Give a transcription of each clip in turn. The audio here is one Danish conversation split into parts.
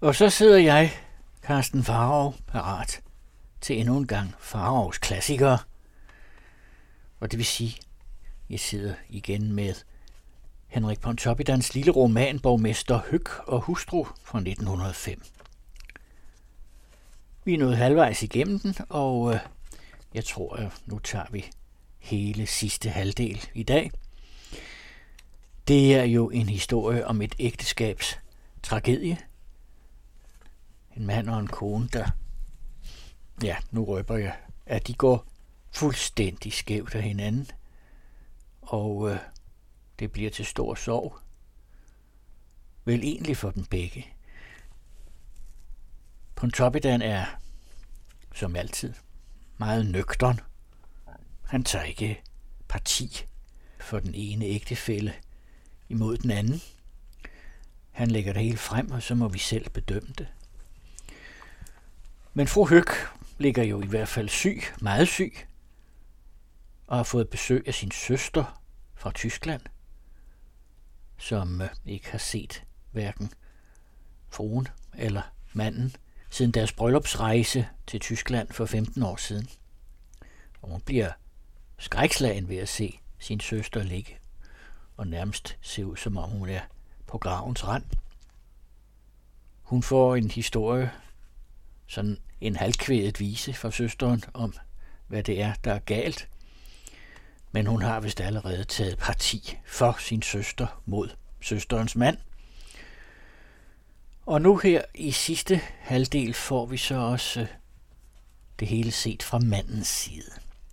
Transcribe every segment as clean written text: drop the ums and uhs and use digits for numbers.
Og så sidder jeg, Carsten Farov, parat til endnu en gang Farovs klassikere. Og det vil sige, jeg sidder igen med Henrik Pontoppidans lille roman Borgmester Høck og hustru fra 1905. Vi er nået halvvejs igennem den, og jeg tror, at nu tager vi hele sidste halvdel i dag. Det er jo en historie om et ægteskabs tragedie. En mand og en kone, der, ja, nu røber jeg, at de går fuldstændig skævt af hinanden. Og det bliver til stor sorg. Vel egentlig for dem begge. Pontoppidan er, som altid, meget nøgtern. Han tager ikke parti for den ene ægtefælle imod den anden. Han lægger det hele frem, og så må vi selv bedømme det. Men fru Høck ligger jo i hvert fald syg, meget syg, og har fået besøg af sin søster fra Tyskland, som ikke har set hverken fruen eller manden siden deres bryllupsrejse til Tyskland for 15 år siden. Og hun bliver skrækslagen ved at se sin søster ligge og nærmest se ud, som om hun er på gravens rand. Hun får en historie, sådan en halvkvædet vise fra søsteren om, hvad det er, der er galt. Men hun har vist allerede taget parti for sin søster mod søsterens mand. Og nu her i sidste halvdel får vi så også det hele set fra mandens side.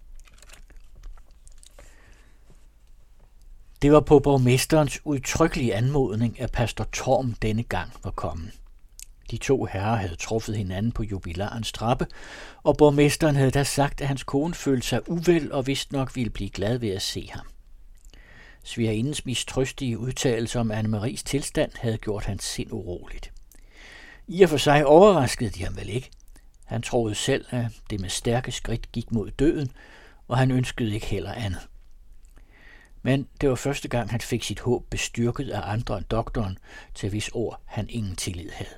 Det var på borgmesterens udtrykkelige anmodning, at pastor Torm denne gang var kommet. De to herrer havde truffet hinanden på jubilarens trappe, og borgmesteren havde da sagt, at hans kone følte sig uvel og vist nok ville blive glad ved at se ham. Svigerindens mistrøstige udtalelse om Anne-Maries tilstand havde gjort hans sind uroligt. I og for sig overraskede de ham vel ikke. Han troede selv, at det med stærke skridt gik mod døden, og han ønskede ikke heller andet. Men det var første gang, han fik sit håb bestyrket af andre end doktoren, til hvis ord han ingen tillid havde.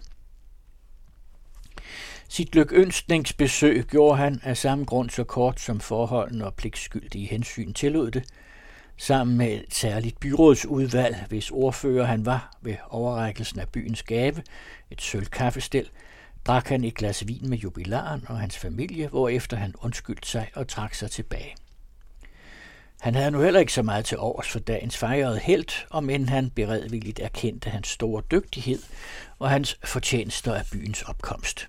Sit lykønskningsbesøg gjorde han af samme grund så kort, som forholdene og pligtskyldige hensyn tillod det, sammen med et særligt byrådsudvalg, hvis ordfører han var ved overrækkelsen af byens gave, et sølvkaffestel, drak han et glas vin med jubilaren og hans familie, hvorefter han undskyldte sig og trak sig tilbage. Han havde nu heller ikke så meget til overs for dagens fejrede helt, om end han beredvilligt erkendte hans store dygtighed og hans fortjenester af byens opkomst.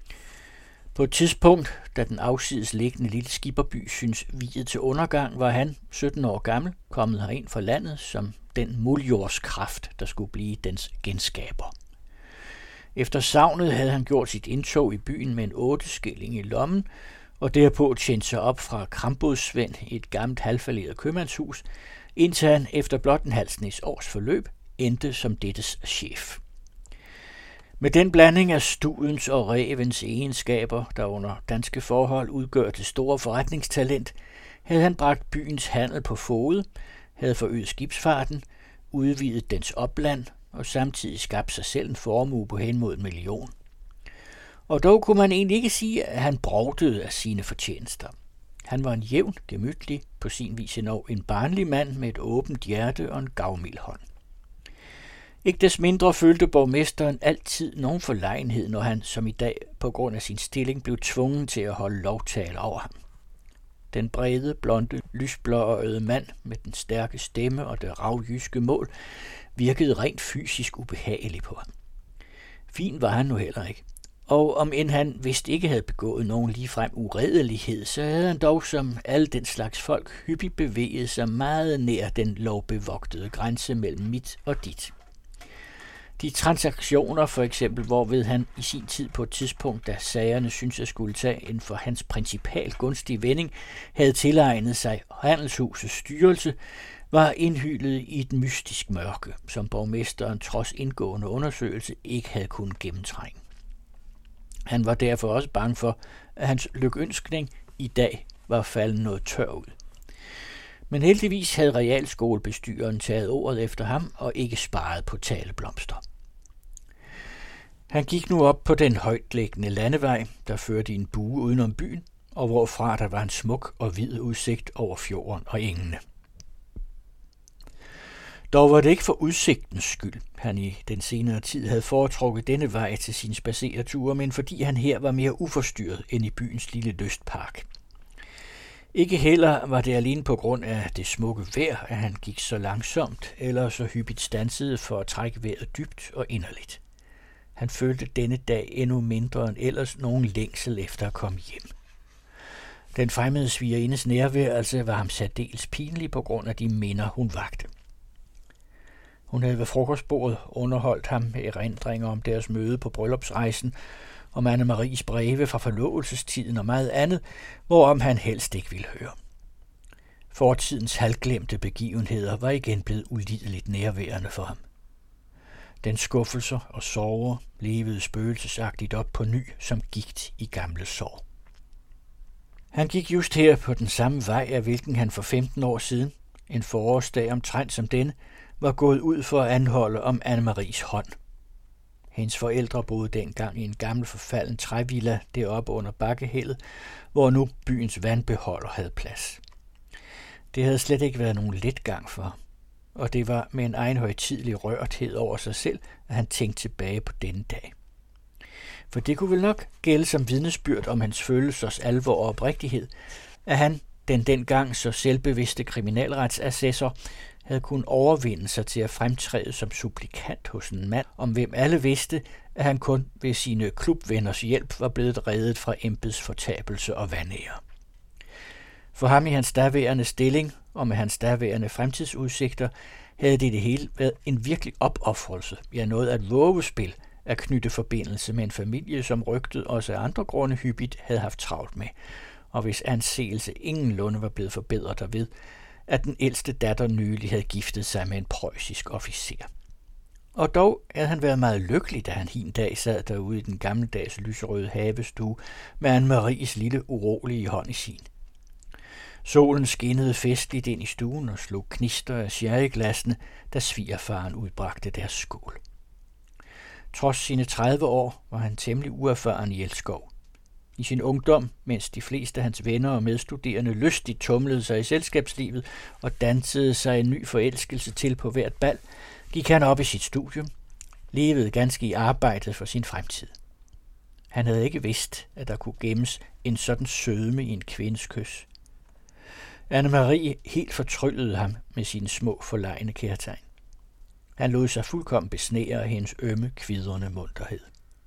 På et tidspunkt, da den afsides liggende lille skipperby synes viet til undergang, var han, 17 år gammel, kommet herind fra landet som den muldjordskraft, der skulle blive dens genskaber. Efter savnet havde han gjort sit indtog i byen med en 8-skilling i lommen, og derpå tjente sig op fra Krambodsvend i et gammelt halvfalderet købmandshus, indtil han efter blot en halv snes års forløb endte som dettes chef. Med den blanding af studens og rævens egenskaber, der under danske forhold udgør det store forretningstalent, havde han bragt byens handel på fode, havde forøget skibsfarten, udvidet dens opland og samtidig skabt sig selv en formue på hen mod 1 million. Og dog kunne man egentlig ikke sige, at han brugtede af sine fortjenester. Han var en jævn, gemytlig, på sin vis endnu en barnlig mand med et åbent hjerte og en gavmild hånd. Ikke des mindre følte borgmesteren altid nogen forlegenhed, når han, som i dag, på grund af sin stilling, blev tvunget til at holde lovtale over ham. Den brede, blonde, lysblåøjede mand med den stærke stemme og det ravjyske mål virkede rent fysisk ubehagelig på ham. Fin var han nu heller ikke. Og om end han vist ikke havde begået nogen ligefrem uredelighed, så havde han dog som alle den slags folk hyppigt bevæget sig meget nær den lovbevogtede grænse mellem mit og dit. De transaktioner for eksempel, hvorved han i sin tid på et tidspunkt, da sagerne syntes at skulle tage en for hans principal gunstig vending, havde tilegnet sig handelshusets styrelse, var indhyllet i et mystisk mørke, som borgmesteren trods indgående undersøgelse ikke havde kunnet gennemtrænge. Han var derfor også bange for, at hans lykønskning i dag var faldet noget tør ud. Men heldigvis havde realskolebestyreren taget ordet efter ham og ikke sparet på taleblomster. Han gik nu op på den højtliggende landevej, der førte i en bue udenom byen, og hvorfra der var en smuk og hvid udsigt over fjorden og engene. Dog var det ikke for udsigtens skyld, han i den senere tid havde foretrukket denne vej til sine spadsereture, men fordi han her var mere uforstyrret end i byens lille lystpark. Ikke heller var det alene på grund af det smukke vejr, at han gik så langsomt eller så hyppigt stansede for at trække vejret dybt og inderligt. Han følte denne dag endnu mindre end ellers nogen længsel efter at komme hjem. Den fremmede svigerindes nærværelse var ham særdeles pinlig på grund af de minder, hun vakte. Hun havde ved frokostbordet underholdt ham med erindringer om deres møde på bryllupsrejsen, om Anne-Maries breve fra forlovelsestiden og meget andet, hvorom han helst ikke ville høre. Fortidens halvglemte begivenheder var igen blevet ulideligt nærværende for ham. Den skuffelser og sorger levede spøgelsesagtigt op på ny som gigt i gamle sår. Han gik just her på den samme vej, af hvilken han for 15 år siden, en forårsdag omtrent som denne, var gået ud for at anholde om Anne-Maries hånd. Hendes forældre boede dengang i en gammel forfalden trævilla deroppe under bakkehældet, hvor nu byens vandbeholder havde plads. Det havde slet ikke været nogen let gang for ham, og det var med en egen højtidelig rørthed over sig selv, at han tænkte tilbage på denne dag. For det kunne vel nok gælde som vidnesbyrd om hans følelsers alvor og oprigtighed, at han, den dengang så selvbevidste kriminalretsassessor, havde kunnet overvinde sig til at fremtræde som supplikant hos en mand, om hvem alle vidste, at han kun ved sine klubvenners hjælp var blevet reddet fra embedsfortabelse og vanære. For ham i hans daværende stilling og med hans daværende fremtidsudsigter havde det hele været en virkelig opoffrelse, ja noget af et vågespil at knytte forbindelse med en familie, som rygtet også af andre grunde hyppigt havde haft travlt med, og hvis anseelse ingenlunde var blevet forbedret derved, at den ældste datter nylig havde giftet sig med en preussisk officer. Og dog havde han været meget lykkelig, da han hin dag sad derude i den gammeldags lyserøde havestue med Anne-Maries lille urolige hånd i sin. Solen skinnede festligt ind i stuen og slog knister af sherryglassene, da svigerfaren udbragte deres skål. Trods sine 30 år var han temmelig uerfaren i elskov. I sin ungdom, mens de fleste af hans venner og medstuderende lystigt tumlede sig i selskabslivet og dansede sig en ny forelskelse til på hvert bal, gik han op i sit studium, levede ganske i arbejdet for sin fremtid. Han havde ikke vidst, at der kunne gemmes en sådan sødme i en kvindes kys. Anne-Marie helt fortryllede ham med sine små forlegne kærtegn. Han lod sig fuldkommen besnære af hendes ømme, kvidrende munterhed.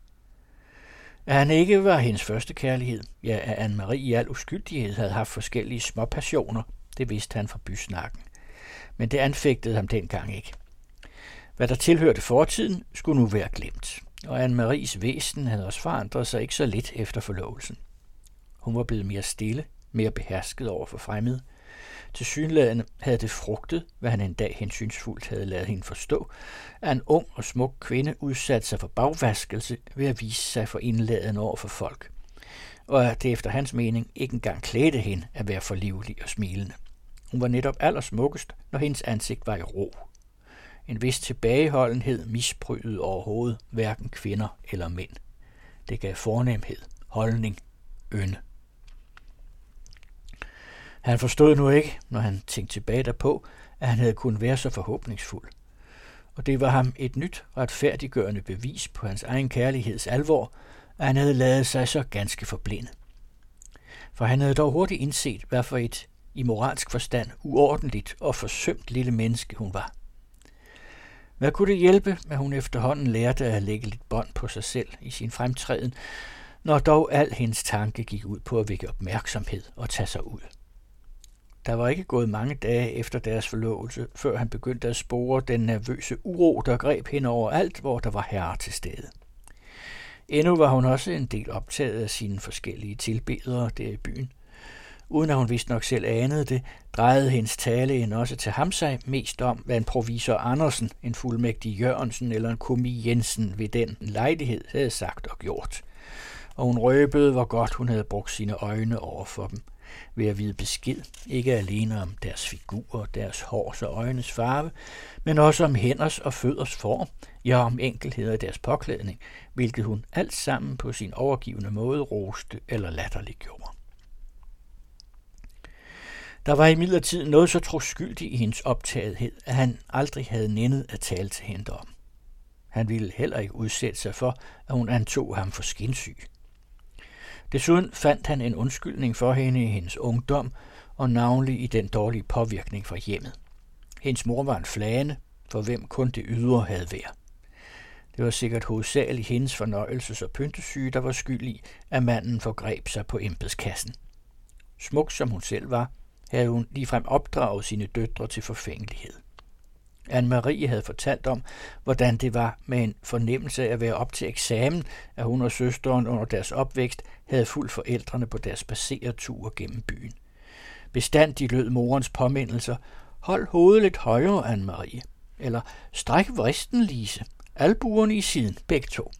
At han ikke var hendes første kærlighed, ja, at Anne-Marie i al uskyldighed havde haft forskellige småpassioner, det vidste han fra bysnakken. Men det anfægtede ham dengang ikke. Hvad der tilhørte fortiden, skulle nu være glemt, og Anne-Maries væsen havde også forandret sig ikke så lidt efter forlovelsen. Hun var blevet mere stille, mere behersket over for fremmede. Tilsyneladende havde det frugtet, hvad han en dag hensynsfuldt havde ladet hende forstå, at en ung og smuk kvinde udsatte sig for bagvaskelse ved at vise sig for indladende over for folk, og at det efter hans mening ikke engang klædte hende at være for livlig og smilende. Hun var netop allersmukkest, når hendes ansigt var i ro. En vis tilbageholdenhed misbrydede overhovedet hverken kvinder eller mænd. Det gav fornemhed, holdning, ynde. Han forstod nu ikke, når han tænkte tilbage derpå, at han havde kunnet være så forhåbningsfuld. Og det var ham et nyt, retfærdiggørende bevis på hans egen kærligheds alvor, at han havde ladet sig så ganske forblinde. For han havde dog hurtigt indset, hvad for et i moralsk forstand uordentligt og forsømt lille menneske hun var. Hvad kunne det hjælpe, at hun efterhånden lærte at lægge lidt bånd på sig selv i sin fremtræden, når dog al hendes tanke gik ud på at vække opmærksomhed og tage sig ud. Der var ikke gået mange dage efter deres forlovelse, før han begyndte at spore den nervøse uro, der greb hende over alt, hvor der var herrer til stede. Endnu var hun også en del optaget af sine forskellige tilbedere der i byen. Uden at hun vist nok selv anede det, drejede hendes tale end også til ham sig mest om, hvad en provisor Andersen, en fuldmægtig Jørgensen eller en komi Jensen ved den lejlighed havde sagt og gjort. Og hun røbede, hvor godt hun havde brugt sine øjne over for dem. ved at vide besked, ikke alene om deres figurer, deres hårs og øjnes farve, men også om hænders og fødders form, ja om enkelheder i deres påklædning, hvilket hun alt sammen på sin overgivende måde roste eller latterliggjorde. Der var imidlertid noget så troskyldigt i hendes optagethed, at han aldrig havde nændet at tale til hende om. Han ville heller ikke udsætte sig for, at hun antog ham for skinsyg. Desuden fandt han en undskyldning for hende i hendes ungdom, og navnlig i den dårlige påvirkning fra hjemmet. Hendes mor var en flagende, for hvem kun det ydre havde værd. Det var sikkert hovedsageligt hendes fornøjelses- og pyntesyge, der var skyld i, at manden forgreb sig på embedskassen. Smuk som hun selv var, havde hun ligefrem opdraget sine døtre til forfængelighed. Anne-Marie havde fortalt om, hvordan det var med en fornemmelse af at være op til eksamen, at hun og søsteren under deres opvækst havde fulgt forældrene på deres passerture gennem byen. Bestandig lød morens påmindelser: hold hovedet lidt højere, Anne-Marie, eller stræk vristen, Lise, albuerne i siden, begge to.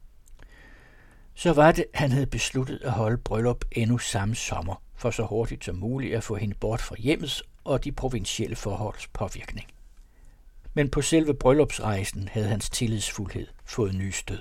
Så var det, han havde besluttet at holde bryllup endnu samme sommer, for så hurtigt som muligt at få hende bort fra hjemmets og de provincielle forholds påvirkning. Men på selve bryllupsrejsen havde hans tillidsfuldhed fået ny stød.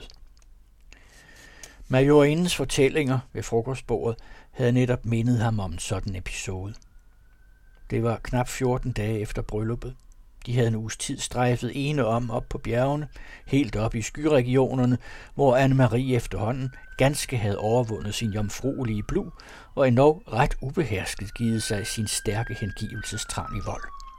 Majorindens fortællinger ved frokostbordet havde netop mindet ham om en sådan episode. Det var knap 14 dage efter brylluppet. De havde en uges tid strejfet ene om op på bjergene, helt op i skyregionerne, hvor Anne-Marie efterhånden ganske havde overvundet sin jomfruelige blu og endog ret ubehersket givet sig sin stærke hengivelsestrang i vold.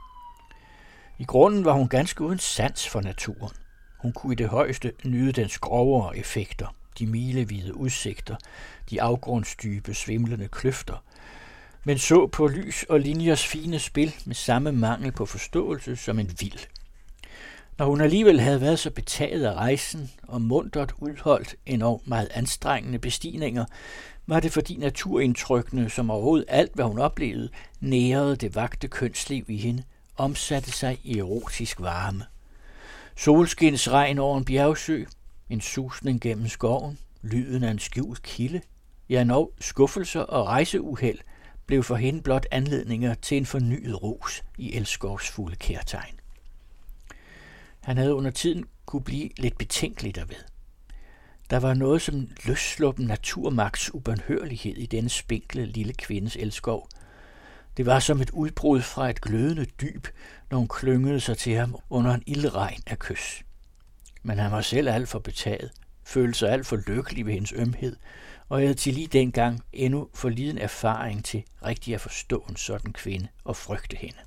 I grunden var hun ganske uden sans for naturen. Hun kunne i det højeste nyde dens grovere effekter, de milevide udsigter, de afgrundsdybe, svimlende kløfter, men så på lys og linjers fine spil med samme mangel på forståelse som en vild. Når hun alligevel havde været så betaget af rejsen og muntert udholdt endog meget anstrengende bestigninger, var det fordi naturindtrykkene, som overhovedet alt, hvad hun oplevede, nærede det vagte kønsliv i hende, omsatte sig i erotisk varme. Solskinsregn over en bjergsø, en susning gennem skoven, lyden af en skjult kilde, ja endog skuffelser og rejseuheld, blev for hende blot anledninger til en fornyet ros i elskovs fulde kærtegn. Han havde under tiden kunne blive lidt betænkelig derved. Der var noget som løssluppen naturmagts ubønhørlighed i denne spinkle lille kvindes elskov. Det var som et udbrud fra et glødende dyb, når hun klyngede sig til ham under en ildregn af kys. Men han var selv alt for betaget, følte sig alt for lykkelig ved hendes ømhed, og havde til lige dengang endnu for liden erfaring til rigtig at forstå en sådan kvinde og frygte hende.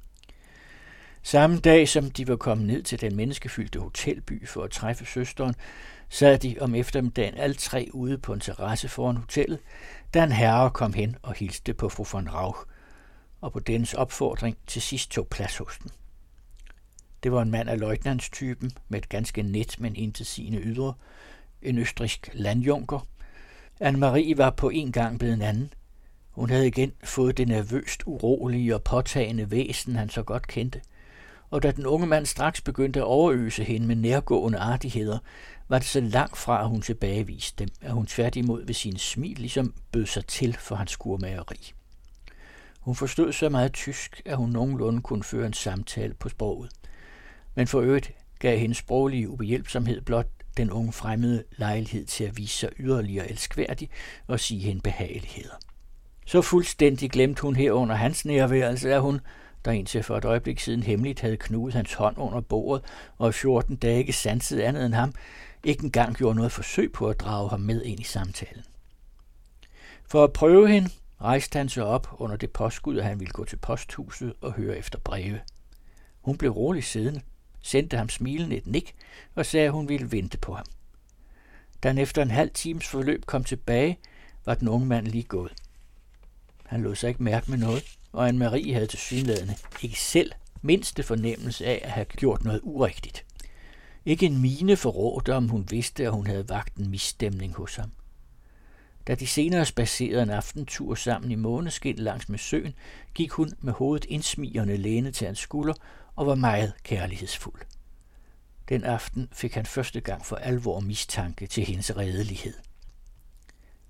Samme dag, som de var kommet ned til den menneskefyldte hotelby for at træffe søsteren, sad de om eftermiddagen alle tre ude på en terrasse foran hotellet, da en herre kom hen og hilste på fru von Rauch, og på dennes opfordring til sidst tog plads hos den. Det var en mand af løjtnantstypen med et ganske net, men intetsigende ydre, en østrigsk landjunker. Anne-Marie var på en gang blevet en anden. Hun havde igen fået det nervøst urolige og påtagende væsen, han så godt kendte, og da den unge mand straks begyndte at overøse hende med nærgående artigheder, var det så langt fra, at hun tilbageviste dem, at hun tværtimod ved sine smil ligesom bød sig til for hans skurmageri. Hun forstod så meget tysk, at hun nogenlunde kunne føre en samtale på sproget, men for øvrigt gav hendes sproglige ubehjælpsomhed blot den unge fremmede lejlighed til at vise sig yderligere elskværdig og sige hende behageligheder. Så fuldstændig glemte hun herunder hans nærværelse, at hun, der indtil for et øjeblik siden hemmeligt havde knudet hans hånd under bordet og i 14 dage ikke sansede andet end ham, ikke engang gjorde noget forsøg på at drage ham med ind i samtalen. For at prøve hende, rejste han sig op under det påskud, at han ville gå til posthuset og høre efter breve. Hun blev roligt siddende, sendte ham smilende et nik og sagde, at hun ville vente på ham. Da han efter en halv times forløb kom tilbage, var den unge mand lige gået. Han lod sig ikke mærke med noget, og Anne-Marie havde tilsyneladende ikke selv mindste fornemmelse af at have gjort noget urigtigt. Ikke en mine forrådte, om hun vidste, at hun havde vakt en misstemning hos ham. Da de senere spacerede en aftentur sammen i måneskin langs med søen, gik hun med hovedet indsmigerne lænet til hans skulder og var meget kærlighedsfuld. Den aften fik han første gang for alvor mistanke til hendes redelighed.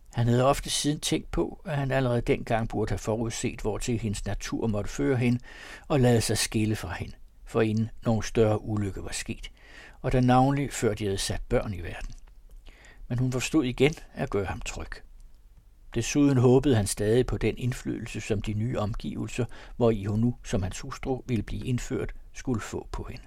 Han havde ofte siden tænkt på, at han allerede dengang burde have forudset, hvortil hendes natur måtte føre hende, og lade sig skille fra hende, for inden nogen større ulykke var sket, og da navnlig før de havde sat børn i verden. Men hun forstod igen at gøre ham tryg. Desuden håbede han stadig på den indflydelse, som de nye omgivelser, hvori hun nu, som hans hustru, ville blive indført, skulle få på hende.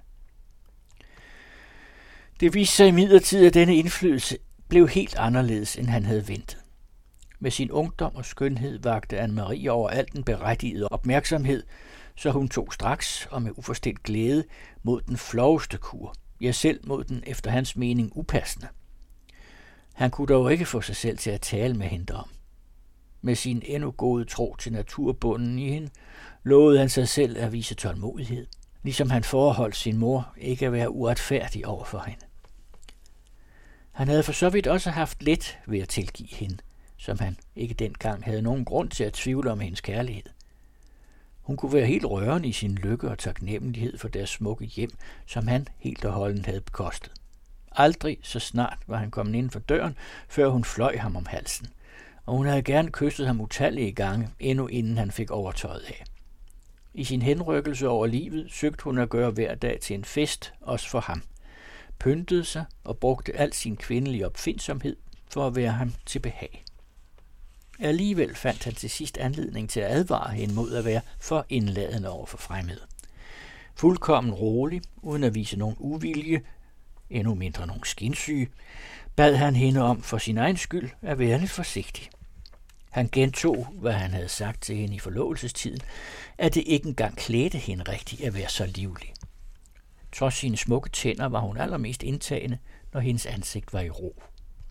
Det viste sig imidlertid, at denne indflydelse blev helt anderledes, end han havde ventet. Med sin ungdom og skønhed vagte Anne-Marie over alt den berettigede opmærksomhed, så hun tog straks og med uforstedt glæde mod den floveste kur, ja selv mod den efter hans mening upassende. Han kunne dog ikke få sig selv til at tale med hende om. Med sin endnu gode tro til naturbunden i hende, lovede han sig selv at vise tålmodighed, ligesom han forholdt sin mor ikke at være uretfærdig over for hende. Han havde for så vidt også haft let ved at tilgive hende, som han ikke dengang havde nogen grund til at tvivle om hendes kærlighed. Hun kunne være helt rørende i sin lykke og taknemmelighed for deres smukke hjem, som han helt og holdent havde bekostet. Aldrig så snart var han kommet inden for døren, før hun fløj ham om halsen, og hun havde gerne kysset ham utallige gange, endnu inden han fik overtøjet af. I sin henrykkelse over livet søgte hun at gøre hver dag til en fest, også for ham, pyntede sig og brugte al sin kvindelige opfindsomhed for at være ham til behag. Alligevel fandt han til sidst anledning til at advare hende mod at være for indladende over for fremmede. Fuldkommen rolig, uden at vise nogen uvilje, endnu mindre nogen skinsyge, bad han hende om for sin egen skyld at være lidt forsigtig. Han gentog, hvad han havde sagt til hende i forlovelsestiden, at det ikke engang klædte hende rigtigt at være så livlig. Trods sine smukke tænder var hun allermest indtagende, når hendes ansigt var i ro.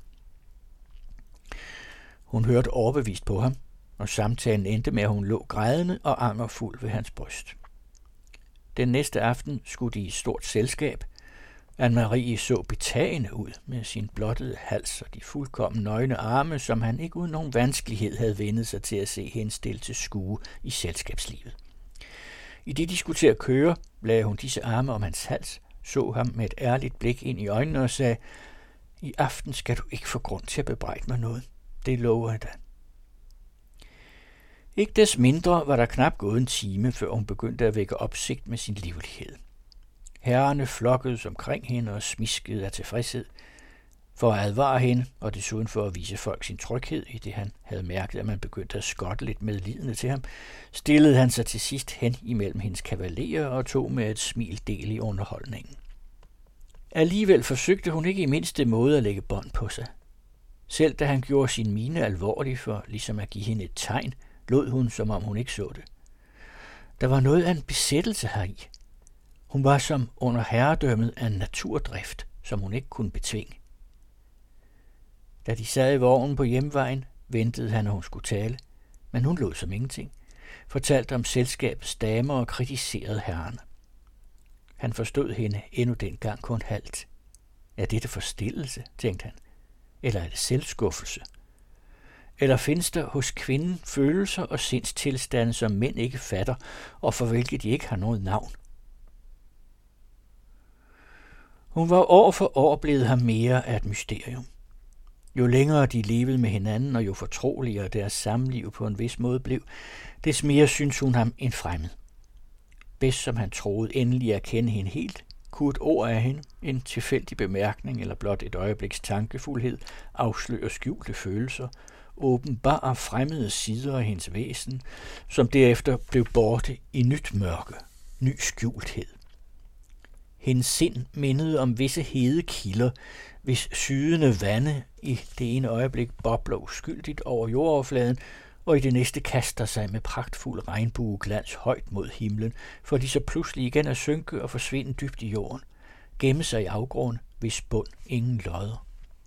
Hun hørte overbevist på ham, og samtalen endte med, at hun lå grædende og angerfuld ved hans bryst. Den næste aften skulle de i stort selskab. Anne-Marie så betagende ud med sin blottede hals og de fuldkommen nøgne arme, som han ikke uden nogen vanskelighed havde vendet sig til at se hende stille til skue i selskabslivet. I det de skulle til at køre, lagde hun disse arme om hans hals, så ham med et ærligt blik ind i øjnene og sagde, i aften skal du ikke få grund til at bebrejde mig noget. Det lover jeg da. Ikke des mindre var der knap gået en time, før hun begyndte at vække opsigt med sin livlighed. Herrerne flokkedes omkring hende og smiskede af tilfredshed. For at advare hende, og desuden for at vise folk sin tryghed, i det han havde mærket, at man begyndte at skotte lidt medlidende til ham, stillede han sig til sidst hen imellem hendes kavalerer og tog med et smil del i underholdningen. Alligevel forsøgte hun ikke i mindste måde at lægge bånd på sig. Selv da han gjorde sin mine alvorlig for ligesom at give hende et tegn, lod hun, som om hun ikke så det. Der var noget af en besættelse heri. Hun var som under herredømmet af en naturdrift, som hun ikke kunne betvinge. Da de sad i vognen på hjemvejen, ventede han, at hun skulle tale, men hun lod som ingenting, fortalte om selskabets damer og kritiserede herrerne. Han forstod hende endnu dengang kun halvt. Er dette forstillelse, tænkte han, eller er det selvskuffelse? Eller findes der hos kvinden følelser og sindstilstande, som mænd ikke fatter, og for hvilket de ikke har noget navn? Hun var år for år blevet ham mere af et mysterium. Jo længere de levede med hinanden, og jo fortroligere deres samliv på en vis måde blev, des mere syntes hun ham en fremmed. Bedst som han troede endelig at kende hende helt, kunne et ord af hende, en tilfældig bemærkning eller blot et øjebliks tankefuldhed, afsløre skjulte følelser, åbenbare fremmede sider af hendes væsen, som derefter blev borte i nyt mørke, ny skjulthed. Hendes sind mindede om visse hede kilder, hvis sydende vande i det ene øjeblik bobler uskyldigt over jordoverfladen, og i det næste kaster sig med pragtfuld regnbueglans højt mod himlen, for de så pludselig igen at synke og forsvinde dybt i jorden, gemme sig i afgrunden, hvis bund ingen lodder.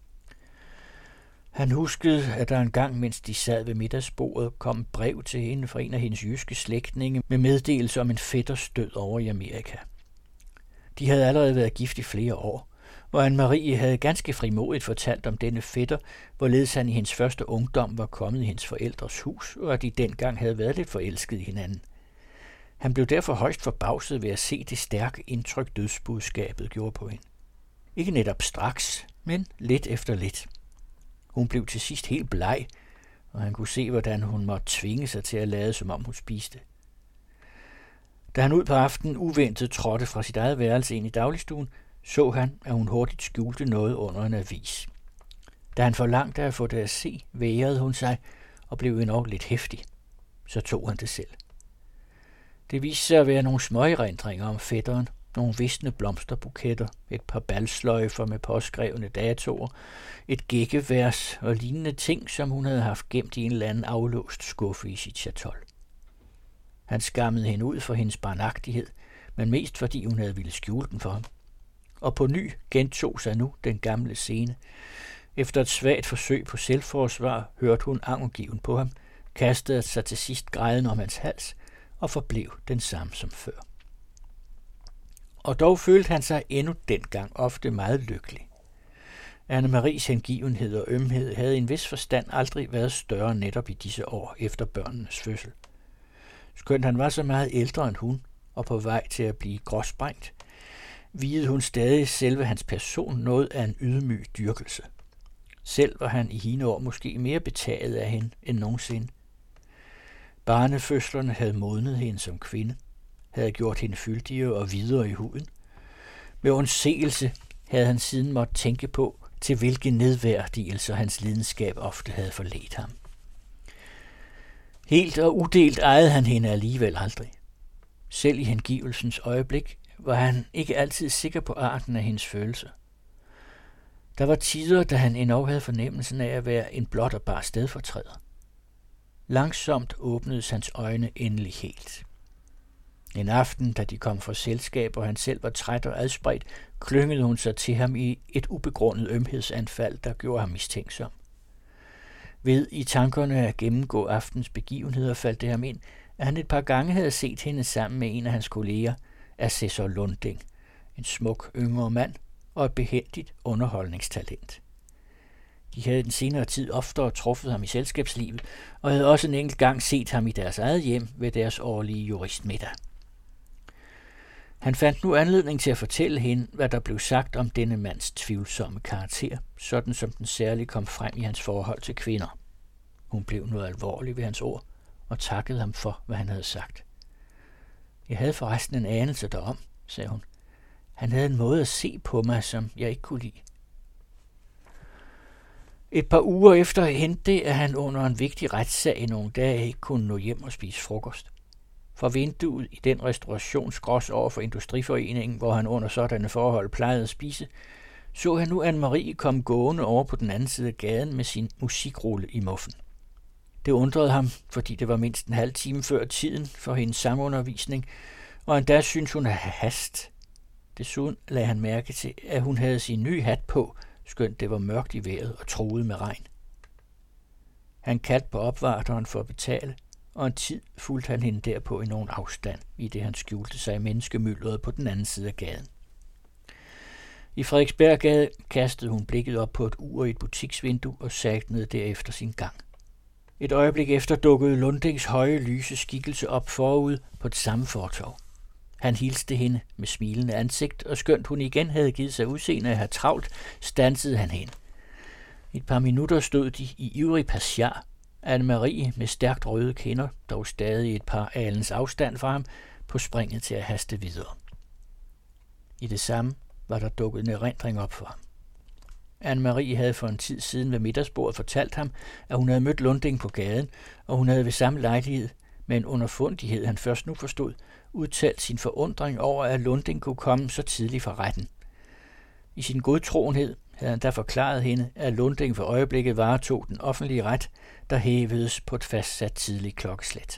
Han huskede, at der engang, mens de sad ved middagsbordet, kom et brev til hende fra en af hendes jyske slægtninge med meddelelse om en fætters død over i Amerika. De havde allerede været gift i flere år, og Anne-Marie havde ganske frimodigt fortalt om denne fætter, hvorledes han i hendes første ungdom var kommet i hendes forældres hus, og at de dengang havde været lidt forelskede i hinanden. Han blev derfor højst forbavset ved at se det stærke indtryk, dødsbudskabet gjorde på hende. Ikke netop straks, men lidt efter lidt. Hun blev til sidst helt bleg, og han kunne se, hvordan hun måtte tvinge sig til at lade, som om hun spiste. Da han ud på aftenen uventet trådte fra sit eget værelse ind i dagligstuen, så han, at hun hurtigt skjulte noget under en avis. Da han forlangte at få det at se, vægrede hun sig og blev endnu lidt heftig. Så tog han det selv. Det viste sig at være nogle småerindringer om fætteren, nogle visne blomsterbuketter, et par balsløjfer med påskrevne datoer, et gækkevers og lignende ting, som hun havde haft gemt i en eller anden aflåst skuffe i sit chatol. Han skammede hende ud for hendes barnagtighed, men mest fordi hun havde ville skjule den for ham. Og på ny gentog sig nu den gamle scene. Efter et svagt forsøg på selvforsvar hørte hun angergiven på ham, kastede sig til sidst grædende om hans hals og forblev den samme som før. Og dog følte han sig endnu dengang ofte meget lykkelig. Anne-Maries hengivenhed og ømhed havde i en vis forstand aldrig været større netop i disse år efter børnenes fødsel. Skønt han var så meget ældre end hun og på vej til at blive gråsprængt, viede hun stadig selve hans person noget af en ydmyg dyrkelse. Selv var han i hine år måske mere betaget af hende end nogensinde. Barnefødslerne havde modnet hende som kvinde, havde gjort hende fyldigere og videre i huden. Med undsigelse havde han siden måtte tænke på, til hvilke nedværdigelser hans lidenskab ofte havde forledt ham. Helt og udelt ejede han hende alligevel aldrig. Selv i hengivelsens øjeblik var han ikke altid sikker på arten af hendes følelser. Der var tider, da han endnu havde fornemmelsen af at være en blot og bar stedfortræder. Langsomt åbnedes hans øjne endelig helt. En aften, da de kom fra selskab, og han selv var træt og adspredt, klyngede hun sig til ham i et ubegrundet ømhedsanfald, der gjorde ham mistænksom. Ved i tankerne at gennemgå aftens begivenheder faldt det ham ind, at han et par gange havde set hende sammen med en af hans kolleger, assessor Lunding, en smuk yngre mand og et behændigt underholdningstalent. De havde den senere tid oftere truffet ham i selskabslivet, og havde også en enkelt gang set ham i deres eget hjem ved deres årlige juristmiddag. Han fandt nu anledning til at fortælle hende, hvad der blev sagt om denne mands tvivlsomme karakter, sådan som den særligt kom frem i hans forhold til kvinder. Hun blev noget alvorlig ved hans ord og takkede ham for, hvad han havde sagt. Jeg havde forresten en anelse derom, sagde hun. Han havde en måde at se på mig, som jeg ikke kunne lide. Et par uger efter hentede det, at han under en vigtig retssag i nogle dage ikke kunne nå hjem og spise frokost. Fra vinduet i den restaurationsgrås over for Industriforeningen, hvor han under sådanne forhold plejede at spise, så han nu Anne-Marie komme gående over på den anden side af gaden med sin musikrulle i muffen. Det undrede ham, fordi det var mindst en halv time før tiden for hendes samundervisning, og endda syntes hun at have hast. Desuden lagde han mærke til, at hun havde sin nye hat på, skønt det var mørkt i vejret og truede med regn. Han kaldte på opvarteren for at betale, og en tid fulgte han hende derpå i nogen afstand, i det han skjulte sig i menneskemyldret på den anden side af gaden. I Frederiksberggade kastede hun blikket op på et ur i et butiksvindue og sagnede derefter sin gang. Et øjeblik efter dukkede Lundings høje lyse skikkelse op forud på det samme fortov. Han hilste hende med smilende ansigt, og skønt hun igen havde givet sig udseende at have travlt, standsede han hende. Et par minutter stod de i ivrig passiar, Anne-Marie med stærkt røde kinder, dog stadig et par alens afstand fra ham, på springet til at haste videre. I det samme var der dukket en erindring op for ham. Anne-Marie havde for en tid siden ved middagsbordet fortalt ham, at hun havde mødt Lunding på gaden, og hun havde ved samme lejlighed, med en underfundighed han først nu forstod, udtalt sin forundring over, at Lunding kunne komme så tidligt fra retten. I sin godtroenhed havde han da forklaret hende, at Lunding for øjeblikket varetog den offentlige ret, der hævedes på et fastsat tidligt klokkeslæt.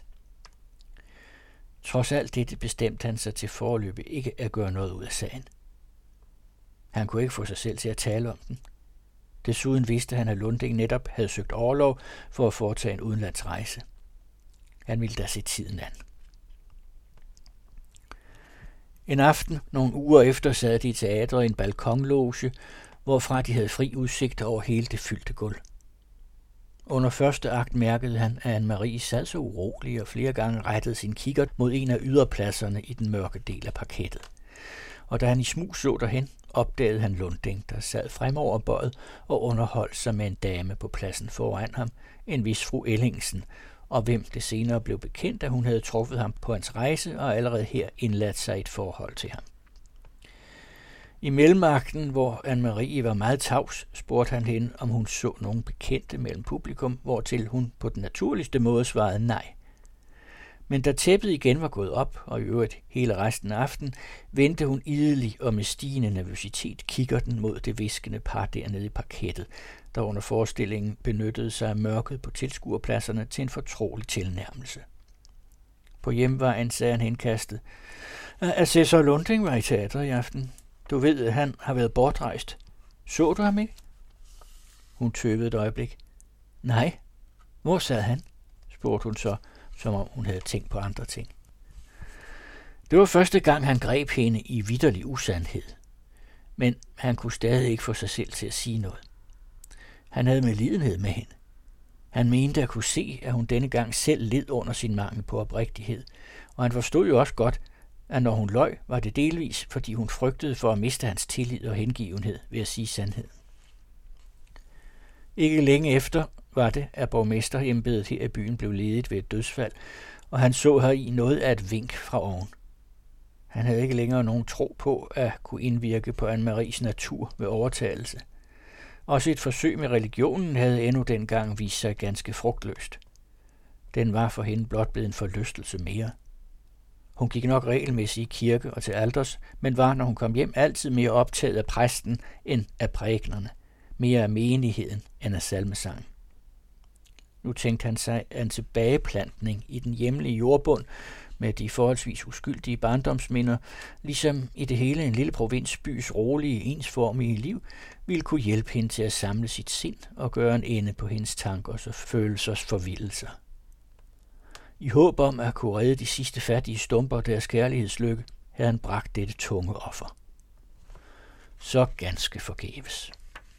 Trods alt dette bestemte han sig til foreløbig ikke at gøre noget ud af sagen. Han kunne ikke få sig selv til at tale om den. Desuden vidste han, at Lunding netop havde søgt orlov for at foretage en udenlandsrejse. Han ville da se tiden an. En aften, nogle uger efter, sad de i teatret i en balkonloge, hvorfra de havde fri udsigt over hele det fyldte gulv. Under første akt mærkede han, at Anne-Marie sad så urolig og flere gange rettede sin kikkert mod en af yderpladserne i den mørke del af parkettet. og da han i smug så derhen, opdagede han Lunding, der sad fremoverbøjet og underholdt sig med en dame på pladsen foran ham, en vis fru Ellingsen, og hvem det senere blev bekendt, at hun havde truffet ham på hans rejse og allerede her indladt sig et forhold til ham. I mellemagten, hvor Anne-Marie var meget tavs, spurgte han hende, om hun så nogen bekendte mellem publikum, hvortil hun på den naturligste måde svarede nej. Men da tæppet igen var gået op, og i øvrigt hele resten af aftenen, vendte hun idelig og med stigende nervøsitet kikkerten mod det viskende par dernede i parkettet, der under forestillingen benyttede sig af mørket på tilskuerpladserne til en fortrolig tilnærmelse. På hjemvejen sagde han henkastet: Assessor Lunding var i teatret i aften. Du ved, at han har været bortrejst. Så du ham ikke? Hun tøvede et øjeblik. Nej. Hvor sad han? Spurgte hun så, som om hun havde tænkt på andre ting. Det var første gang, han greb hende i vitterlig usandhed. Men han kunne stadig ikke få sig selv til at sige noget. Han havde medlidenhed med hende. Han mente at kunne se, at hun denne gang selv led under sin mangel på oprigtighed, og han forstod jo også godt, at når hun løj, var det delvis, fordi hun frygtede for at miste hans tillid og hengivenhed ved at sige sandheden. Ikke længe efter var det, at borgmesterembedet her i byen blev ledet ved et dødsfald, og han så heri noget af et vink fra oven. Han havde ikke længere nogen tro på at kunne indvirke på Anne-Maries natur ved overtagelse. Også et forsøg med religionen havde endnu dengang vist sig ganske frugtløst. Den var for hende blot blevet en forlystelse mere. Hun gik nok regelmæssigt i kirke og til alters, men var, når hun kom hjem, altid mere optaget af præsten end af prækenerne, mere af menigheden end af salmesang. Nu tænkte han sig en tilbageplantning i den hjemlige jordbund med de forholdsvis uskyldige barndomsminder, ligesom i det hele en lille provinsbys rolige, ensformige liv, ville kunne hjælpe hende til at samle sit sind og gøre en ende på hendes tankers og følelsers forvildelser. I håb om at kunne redde de sidste fattige stumper deres kærlighedslykke, havde han bragt dette tunge offer. Så ganske forgæves.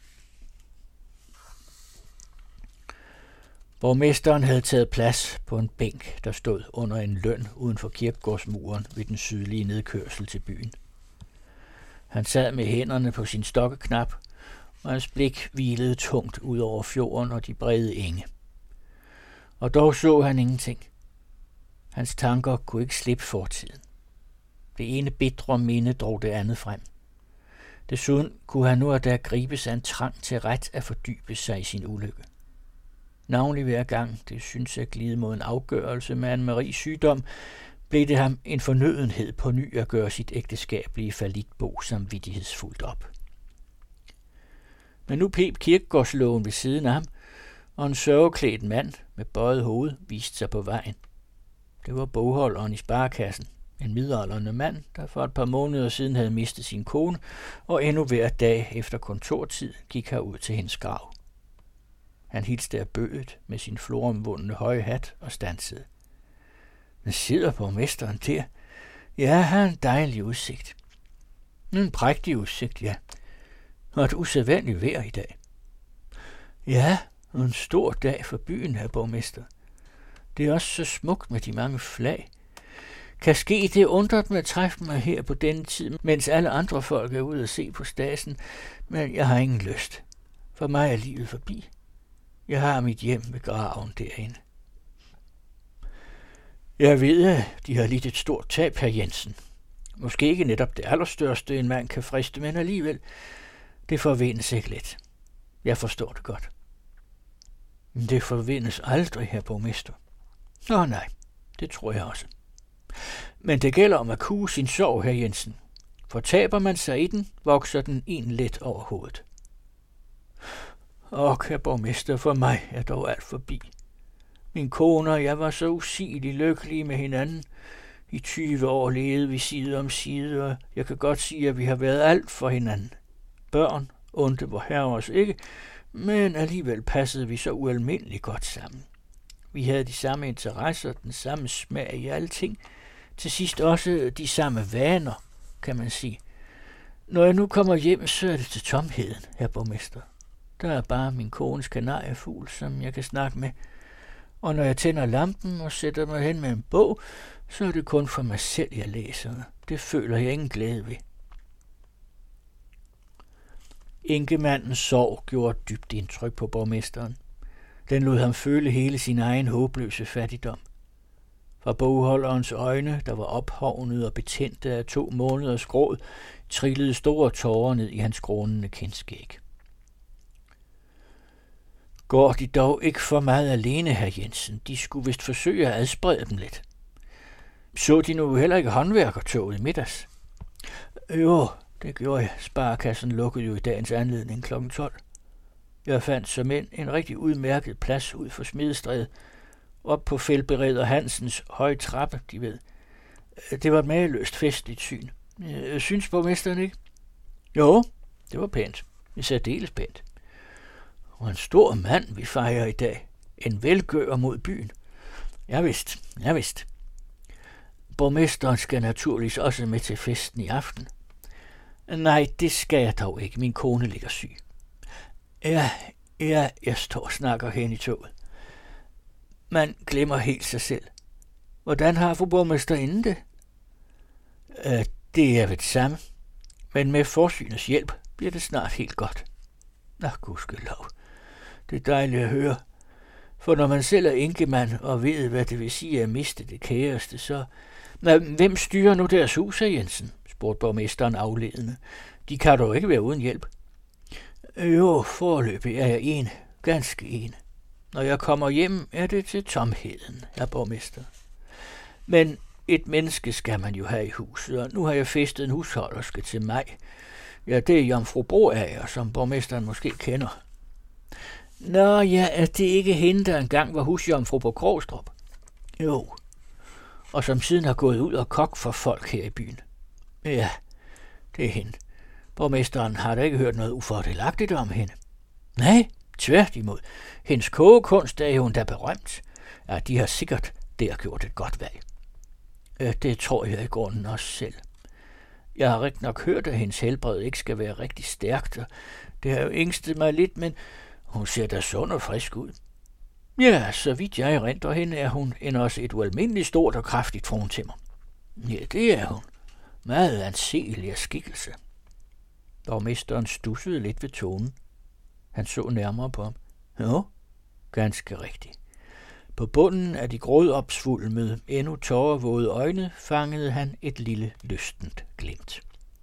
Borgmesteren havde taget plads på en bænk, der stod under en løn uden for kirkegårdsmuren ved den sydlige nedkørsel til byen. Han sad med hænderne på sin stokkeknap, og hans blik hvilede tungt ud over fjorden og de brede enge. Og dog så han ingenting. Hans tanker kunne ikke slippe fortiden. Det ene bitre minde drog det andet frem. Desuden kunne han nu og da gribes af en trang til ret at fordybe sig i sin ulykke. Navnlig hver gang det synes at glide mod en afgørelse med Anne-Maries sygdom, blev det ham en fornødenhed på ny at gøre sit ægteskabelige fallitbo samvittighedsfuldt op. Men nu pep kirkegårdsloven ved siden af ham, og en sørgeklædt mand med bøjet hoved viste sig på vejen. Det var bogholderen i sparekassen, en midaldrende mand, der for et par måneder siden havde mistet sin kone, og endnu hver dag efter kontortid gik herud til hendes grav. Han hilste af bøget med sin floromvundne høje hat og stansede. Den sidder borgmesteren der. Ja, har en dejlig udsigt. En prægtig udsigt, ja. Og et usædvanligt vejr i dag. Ja, en stor dag for byen, herr borgmester. Det er også så smukt med de mange flag. Kan ske, det undret med at træffe mig her på denne tid, mens alle andre folk er ude at se på Stasen, men jeg har ingen lyst. For mig er livet forbi. Jeg har mit hjem ved graven derinde. Jeg ved, at de har lidt et stort tab, herr Jensen. Måske ikke netop det allerstørste, en mand kan friste, men alligevel, det forvindes ikke let. Jeg forstår det godt. Men det forvindes aldrig, herr borgmester. Nå nej, det tror jeg også. Men det gælder om at kue sin sorg, herr Jensen. For taber man sig i den, vokser den en let over hovedet. Herr borgmester, for mig er dog alt forbi. Min kone og jeg var så usigeligt lykkelige med hinanden. I 20 år levede vi side om side, og jeg kan godt sige, at vi har været alt for hinanden. Børn undte vor herre os ikke, men alligevel passede vi så ualmindeligt godt sammen. Vi havde de samme interesser, den samme smag i alle ting. Til sidst også de samme vaner, kan man sige. Når jeg nu kommer hjem, så er det til tomheden, herr borgmester. Der er bare min kones kanariefugl, som jeg kan snakke med. Og når jeg tænder lampen og sætter mig hen med en bog, så er det kun for mig selv, jeg læser. Det føler jeg ingen glæde ved. Enkemandens sorg gjorde dybt indtryk på borgmesteren. Den lod ham føle hele sin egen håbløse fattigdom. Fra bogholderens øjne, der var ophovnet og betændte af 2 måneders gråd, trillede store tårer ned i hans grånende kindskæg. Går de dog ikke for meget alene, herr Jensen? De skulle vist forsøge at adsprede dem lidt. Så de nu heller ikke håndværkertoget middags? Jo, det gjorde jeg. Sparekassen lukkede jo i dagens anledning kl. 12. Jeg fandt som en rigtig udmærket plads ud for Smedestræde, op på Feltbereder Hansens høje trappe, de ved. Det var et mageløst festligt syn. Synes borgmesteren ikke? Jo, det var pænt. Det er særdeles pænt. Og en stor mand, vi fejrer i dag. En velgører mod byen. Ja vist. Borgmesteren skal naturligvis også med til festen i aften. Nej, det skal jeg dog ikke. Min kone ligger syg. Ja, jeg står og snakker hen i toget. Man glemmer helt sig selv. Hvordan har fru borgmesterinde det? Det er ved det samme. Men med forsynets hjælp bliver det snart helt godt. Nå, gudskelov. Det er dejligt at høre. For når man selv er enkemand og ved, hvad det vil sige at miste det kæreste, så... Hvem styrer nu deres hus, herr Jensen? Spurgte borgmesteren afledende. De kan dog ikke være uden hjælp. Jo, foreløbig er jeg ganske en. Når jeg kommer hjem, er det til tomheden, herr borgmester. Men et menneske skal man jo have i huset, og nu har jeg festet en husholderske til mig. Ja, det er Jomfru Broager, som borgmesteren måske kender. Nå ja, er det ikke hende, der engang var husjomfru på Krogstrup? Jo, og som siden har gået ud og kok for folk her i byen. Ja, det er hende. Borgmesteren har da ikke hørt noget ufordelagtigt om hende. Nej, tværtimod. Hendes kogekunst er jo endda berømt. Ja, de har sikkert der gjort et godt valg. Det tror jeg i grunden også selv. Jeg har rigtig nok hørt, at hendes helbred ikke skal være rigtig stærkt, og det har jo ængstet mig lidt, men hun ser da sund og frisk ud. Ja, så vidt jeg erindrer hende, er hun end også et ualmindeligt stort og kraftigt fruntimmer. Ja, det er hun. Meget anselig af skikkelse. Borgmesteren stussede lidt ved tonen. Han så nærmere på ham. Jo, ganske rigtigt. På bunden af de grådopsvulmede, endnu tårervåde øjne fangede han et lille lystent glimt.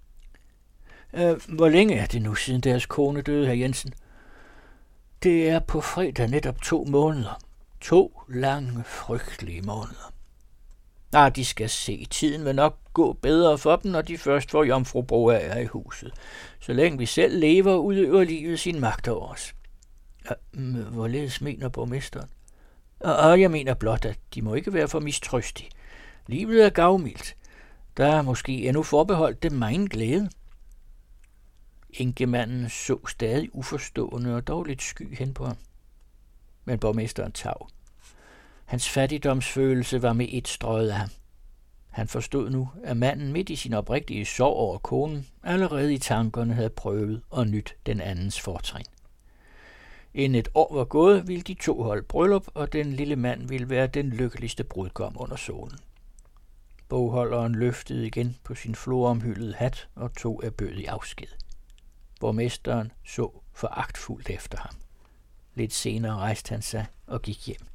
Hvor længe er det nu, siden deres kone døde, herr Jensen? Det er på fredag netop 2 måneder. 2 lange, frygtelige måneder. De skal se. Tiden vil nok gå bedre for dem, når de først får Jomfru Broager i huset. Så længe vi selv lever, udøver livet sin magt over os. Hvorledes mener borgmesteren? Og jeg mener blot, at de må ikke være for mistrøstige. Livet er gavmildt. Der er måske endnu forbeholdt dem megen glæde. Enkemanden så stadig uforstående og dog lidt sky hen på ham. Men borgmesteren tav. Hans fattigdomsfølelse var med et strøget af ham. Han forstod nu, at manden midt i sin oprigtige sorg over konen allerede i tankerne havde prøvet og nyt den andens fortrin. Inden et år var gået, ville de 2 holde bryllup, og den lille mand ville være den lykkeligste brudgom under solen. Bogholderen løftede igen på sin floromhyldede hat og tog ærbødig afsked. Borgmesteren så foragtfuldt efter ham. Lidt senere rejste han sig og gik hjem.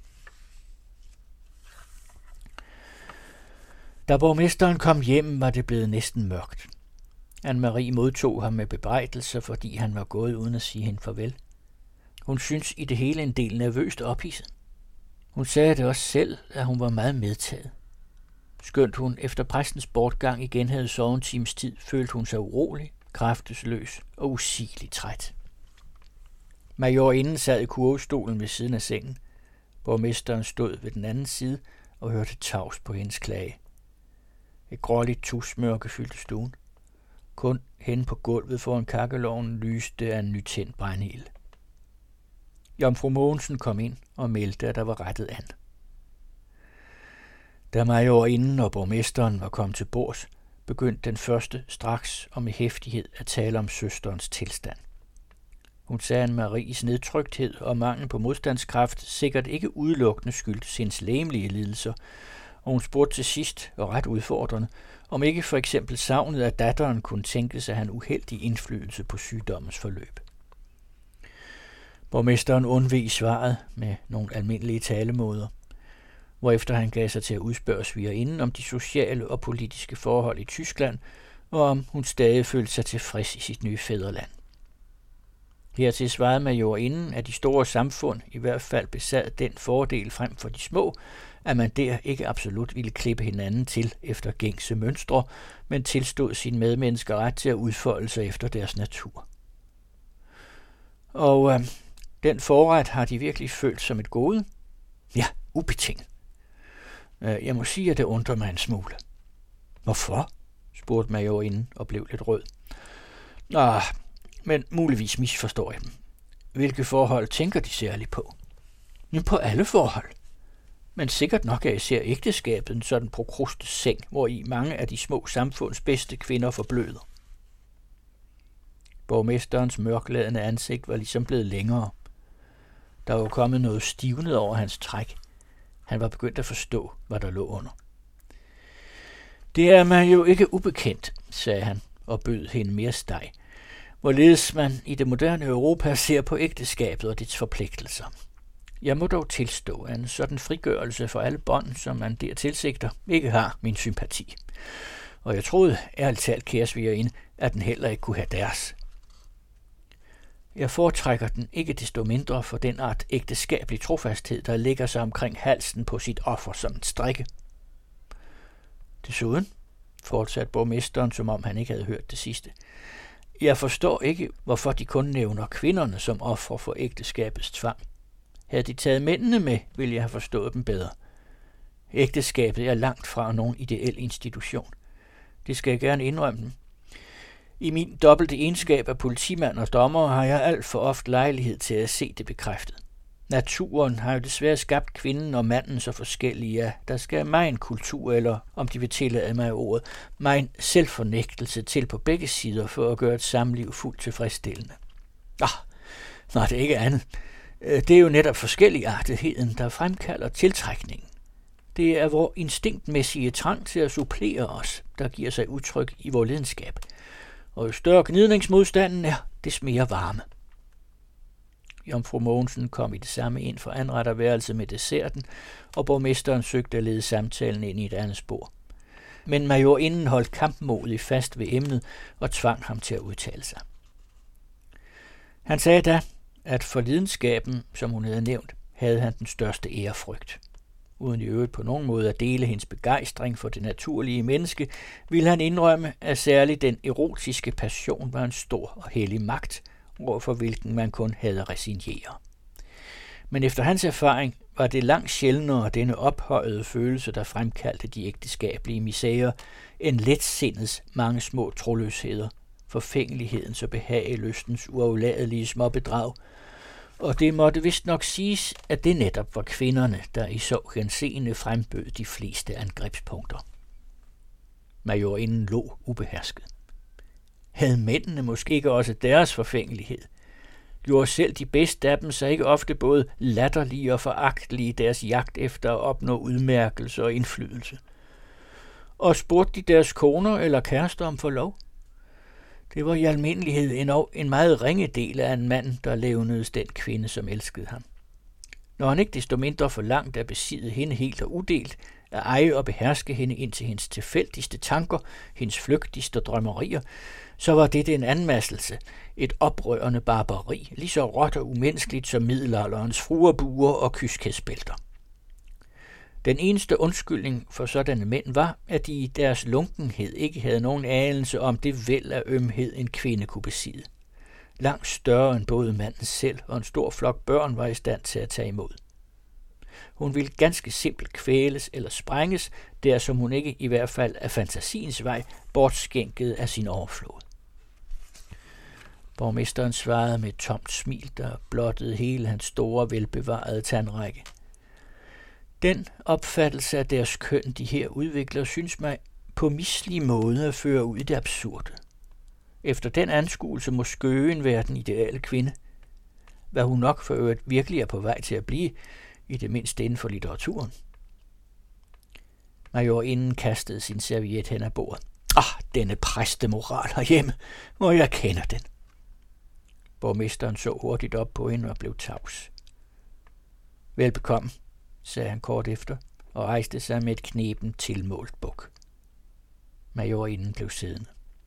Da borgmesteren kom hjem, var det blevet næsten mørkt. Anne-Marie modtog ham med bebrejdelser, fordi han var gået uden at sige hende farvel. Hun syntes i det hele en del nervøst ophidset. Hun sagde det også selv, at hun var meget medtaget. Skønt hun efter præstens bortgang igen havde sovet en times tid, følte hun sig urolig, kraftesløs og usigeligt træt. Majorinden sad i kurvestolen ved siden af sengen. Borgmesteren stod ved den anden side og hørte tavs på hendes klage. Et gråligt tusmørke fyldte stuen. Kun hen på gulvet foran kakkelovnen lyste af en nytændt brændild. Jomfru Mogensen kom ind og meldte, at der var rettet an. Da majorinden og borgmesteren var kommet til bords, begyndte den første straks og med heftighed at tale om søsterens tilstand. Hun sagde, at Maries nedtrykthed og mangel på modstandskraft sikkert ikke udelukkende skyldtes hendes legemlige lidelser, og hun spurgte til sidst, og ret udfordrende, om ikke for eksempel savnet af datteren kunne tænkes at have en uheldig indflydelse på sygdommens forløb. Borgmesteren undveg svaret med nogle almindelige talemåder, hvorefter han gav sig til at udspørge svigerinden om de sociale og politiske forhold i Tyskland, og om hun stadig følte sig tilfreds i sit nye fædreland. Hertil svarede majorinden, at de store samfund i hvert fald besad den fordel frem for de små, at man der ikke absolut ville klippe hinanden til efter gængse mønstre, men tilstod sine medmennesker ret til at udfolde sig efter deres natur. Og den forret har de virkelig følt som et gode? Ja, ubetinget. Jeg må sige, at det undrer mig en smule. Hvorfor? Spurgte majorinden og blev lidt rød. Men muligvis misforstår jeg dem. Hvilke forhold tænker de særligt på? På alle forhold. Men sikkert nok er især ægteskabet en sådan prokrustes seng, hvor i mange af de små samfunds bedste kvinder forbløder. Borgmesterens mørkladende ansigt var ligesom blevet længere. Der var kommet noget stivnet over hans træk. Han var begyndt at forstå, hvad der lå under. Det er man jo ikke ubekendt, sagde han og bød hende mere steg. Hvorledes man i det moderne Europa ser på ægteskabet og dets forpligtelser. Jeg må dog tilstå, at en sådan frigørelse for alle bånd, som man der tilsigter, ikke har min sympati. Og jeg troede, ærligt talt, kære svigerinde, at den heller ikke kunne have deres. Jeg foretrækker den ikke desto mindre for den art ægteskabelig trofasthed, der ligger sig omkring halsen på sit offer som en strikke. Desuden, fortsatte borgmesteren, som om han ikke havde hørt det sidste, jeg forstår ikke, hvorfor de kun nævner kvinderne som offer for ægteskabets tvang. Havde de taget mændene med, ville jeg have forstået dem bedre. Ægteskabet er langt fra nogen ideel institution. Det skal jeg gerne indrømme dem. I min dobbelte egenskab af politimand og dommer har jeg alt for ofte lejlighed til at se det bekræftet. Naturen har jo desværre skabt kvinden og manden så forskellige, ja, der skal mig en kultur, eller om de vil tillade mig ordet, mig en selvfornægtelse til på begge sider for at gøre et samliv fuldt tilfredsstillende. Det er ikke andet. Det er jo netop forskelligartigheden, der fremkalder tiltrækningen. Det er vor instinktmæssige trang til at supplere os, der giver sig udtryk i vor lidenskab. Og jo større gnidningsmodstanden er, des mere varme. Jomfru Mogensen kom i det samme ind for anretterværelse med desserten, og borgmesteren søgte at lede samtalen ind i et andet spor. Men majorinden holdt kampmodigt fast ved emnet og tvang ham til at udtale sig. Han sagde da, at for lidenskaben, som hun havde nævnt, havde han den største ærefrygt. Uden i øvrigt på nogen måde at dele hendes begejstring for det naturlige menneske, ville han indrømme, at særligt den erotiske passion var en stor og hellig magt, overfor hvilken man kun havde at resignere. Men efter hans erfaring var det langt sjældnere denne ophøjede følelse, der fremkaldte de ægteskabelige misærer, end letsindets mange små troløsheder, forfængelighedens og behagelystens uafladelige småbedrag, og det måtte vist nok siges, at det netop var kvinderne, der i så henseende frembød de fleste angrebspunkter. Majorinden lå ubehersket. Havde mændene måske ikke også deres forfængelighed? Gjorde selv de bedste af dem sig ikke ofte både latterlige og foragtelige i deres jagt efter at opnå udmærkelse og indflydelse? Og spurgte de deres koner eller kærester om forlov? Det var i almindelighed endnu en meget ringe del af en mand, der levnedes den kvinde, som elskede ham. Når han ikke desto mindre forlangte at besidde hende helt og udelt, at eje og beherske hende indtil hendes tilfældigste tanker, hendes flygtigste drømmerier, så var det en anmasselse, et oprørende barbari, lige så råt og umenneskeligt som middelalderens fruerbuer og kyskhedsbælter. Den eneste undskyldning for sådanne mænd var, at de i deres lunkenhed ikke havde nogen anelse om det væld af ømhed, en kvinde kunne besidde. Langt større end både manden selv og en stor flok børn var i stand til at tage imod. Hun ville ganske simpelt kvæles eller sprænges, der som hun ikke i hvert fald af fantasiens vej bortskænkede af sin overflod. Borgmesteren svarede med et tomt smil, der blottede hele hans store, velbevarede tandrække. Den opfattelse af deres køn, de her udvikler, synes mig på mislig måde at føre ud i det absurde. Efter den anskuelse må skøen være den ideale kvinde, hvad hun nok for øvrigt virkelig er på vej til at blive, i det mindste inden for litteraturen. Majorinden kastede sin serviet hen ad bordet. Denne præstemoral herhjemme, hvor jeg kender den. Borgmesteren så hurtigt op på hende og blev tavs. Velbekomme, sagde han kort efter, og rejste sig med et kneben tilmålt buk. Majorinden blev siddende.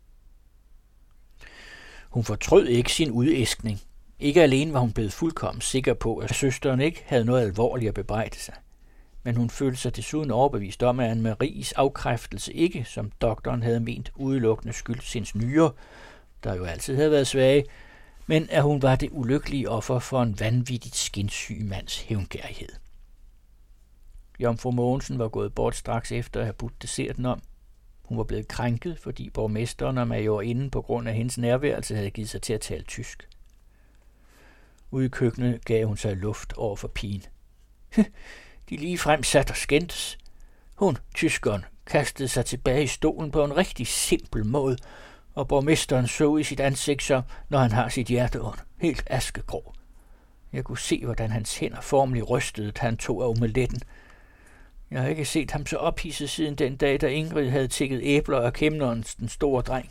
Hun fortrød ikke sin udæskning. Ikke alene var hun blevet fuldkommen sikker på, at søsteren ikke havde noget alvorligt at bebrejde sig, men hun følte sig desuden overbevist om, at Anne-Maries afkræftelse ikke, som doktoren havde ment, udelukkende skyldtes hendes nyrer, der jo altid havde været svage, men at hun var det ulykkelige offer for en vanvittigt skinsyg mands hævngærighed. Jomfru Mogensen var gået bort straks efter at have budt desserten om. Hun var blevet krænket, fordi borgmesteren og majorinden på grund af hendes nærværelse havde givet sig til at tale tysk. Ude i køkkenet gav hun sig luft over for pigen. De ligefrem satte og skændtes. Hun, tyskeren, kastede sig tilbage i stolen på en rigtig simpel måde, og borgmesteren så i sit ansigt som, når han har sit hjerteånd, helt askegrå. Jeg kunne se, hvordan hans hænder formelig rystede, da han tog af omeletten. Jeg har ikke set ham så ophidset siden den dag, da Ingrid havde tikket æbler af kæmnerens den store dreng.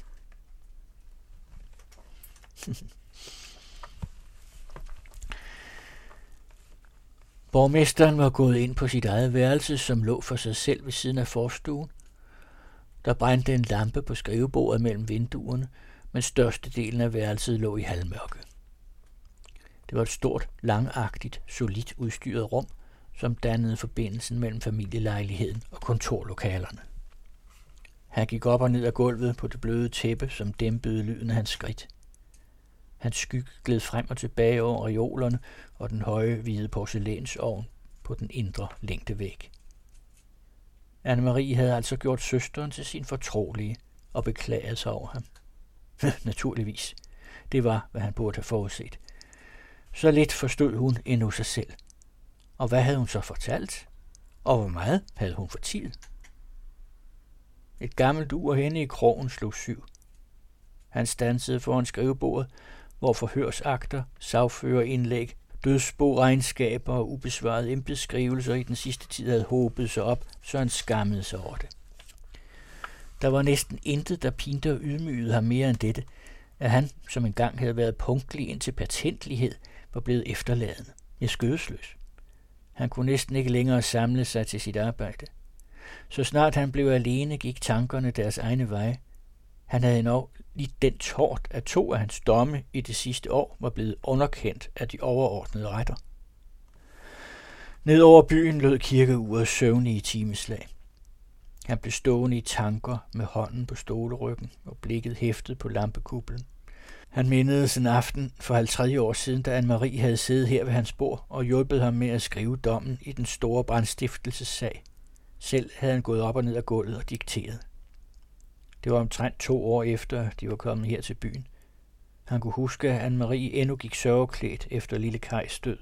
Borgmesteren var gået ind på sit eget værelse, som lå for sig selv ved siden af forstuen. Der brændte en lampe på skrivebordet mellem vinduerne, men størstedelen af værelset lå i halvmørke. Det var et stort, langagtigt, solidt udstyret rum, som dannede forbindelsen mellem familielejligheden og kontorlokalerne. Han gik op og ned ad gulvet på det bløde tæppe, som dæmpede lyden af hans skridt. Hans skygge gled frem og tilbage over reolerne og den høje, hvide porcelænsovn på den indre længdevæg. Anne-Marie havde altså gjort søsteren til sin fortrolige og beklagede sig over ham. Naturligvis. Det var, hvad han burde have forudset. Så lidt forstod hun endnu sig selv. Og hvad havde hun så fortalt? Og hvor meget havde hun fortiet? Et gammelt ur henne i krogen slog 7. Han standsede foran skrivebordet, hvor forhørsakter, sagførerindlæg, dødsboregnskaber og ubesvarede embedsskrivelser i den sidste tid havde hobet sig op, så han skammede sig over det. Der var næsten intet, der pinte og ydmygede ham mere end dette, at han, som engang havde været punktlig indtil patentlighed, var blevet efterladende. Jeg skødesløs. Han kunne næsten ikke længere samle sig til sit arbejde. Så snart han blev alene, gik tankerne deres egne veje. Han havde endnu lidt den tort, at 2 af hans domme i det sidste år var blevet underkendt af de overordnede retter. Ned over byen lød kirkeuret søvnige timeslag. Han blev stående i tanker med hånden på stoleryggen og blikket hæftet på lampekuplen. Han mindedes en aften for 50 år siden, da Anne-Marie havde siddet her ved hans bord og hjulpet ham med at skrive dommen i den store brandstiftelsessag. Selv havde han gået op og ned ad gulvet og dikteret. Det var omtrent 2 år efter, de var kommet her til byen. Han kunne huske, at Anne-Marie endnu gik sørgeklædt efter lille Kajs død.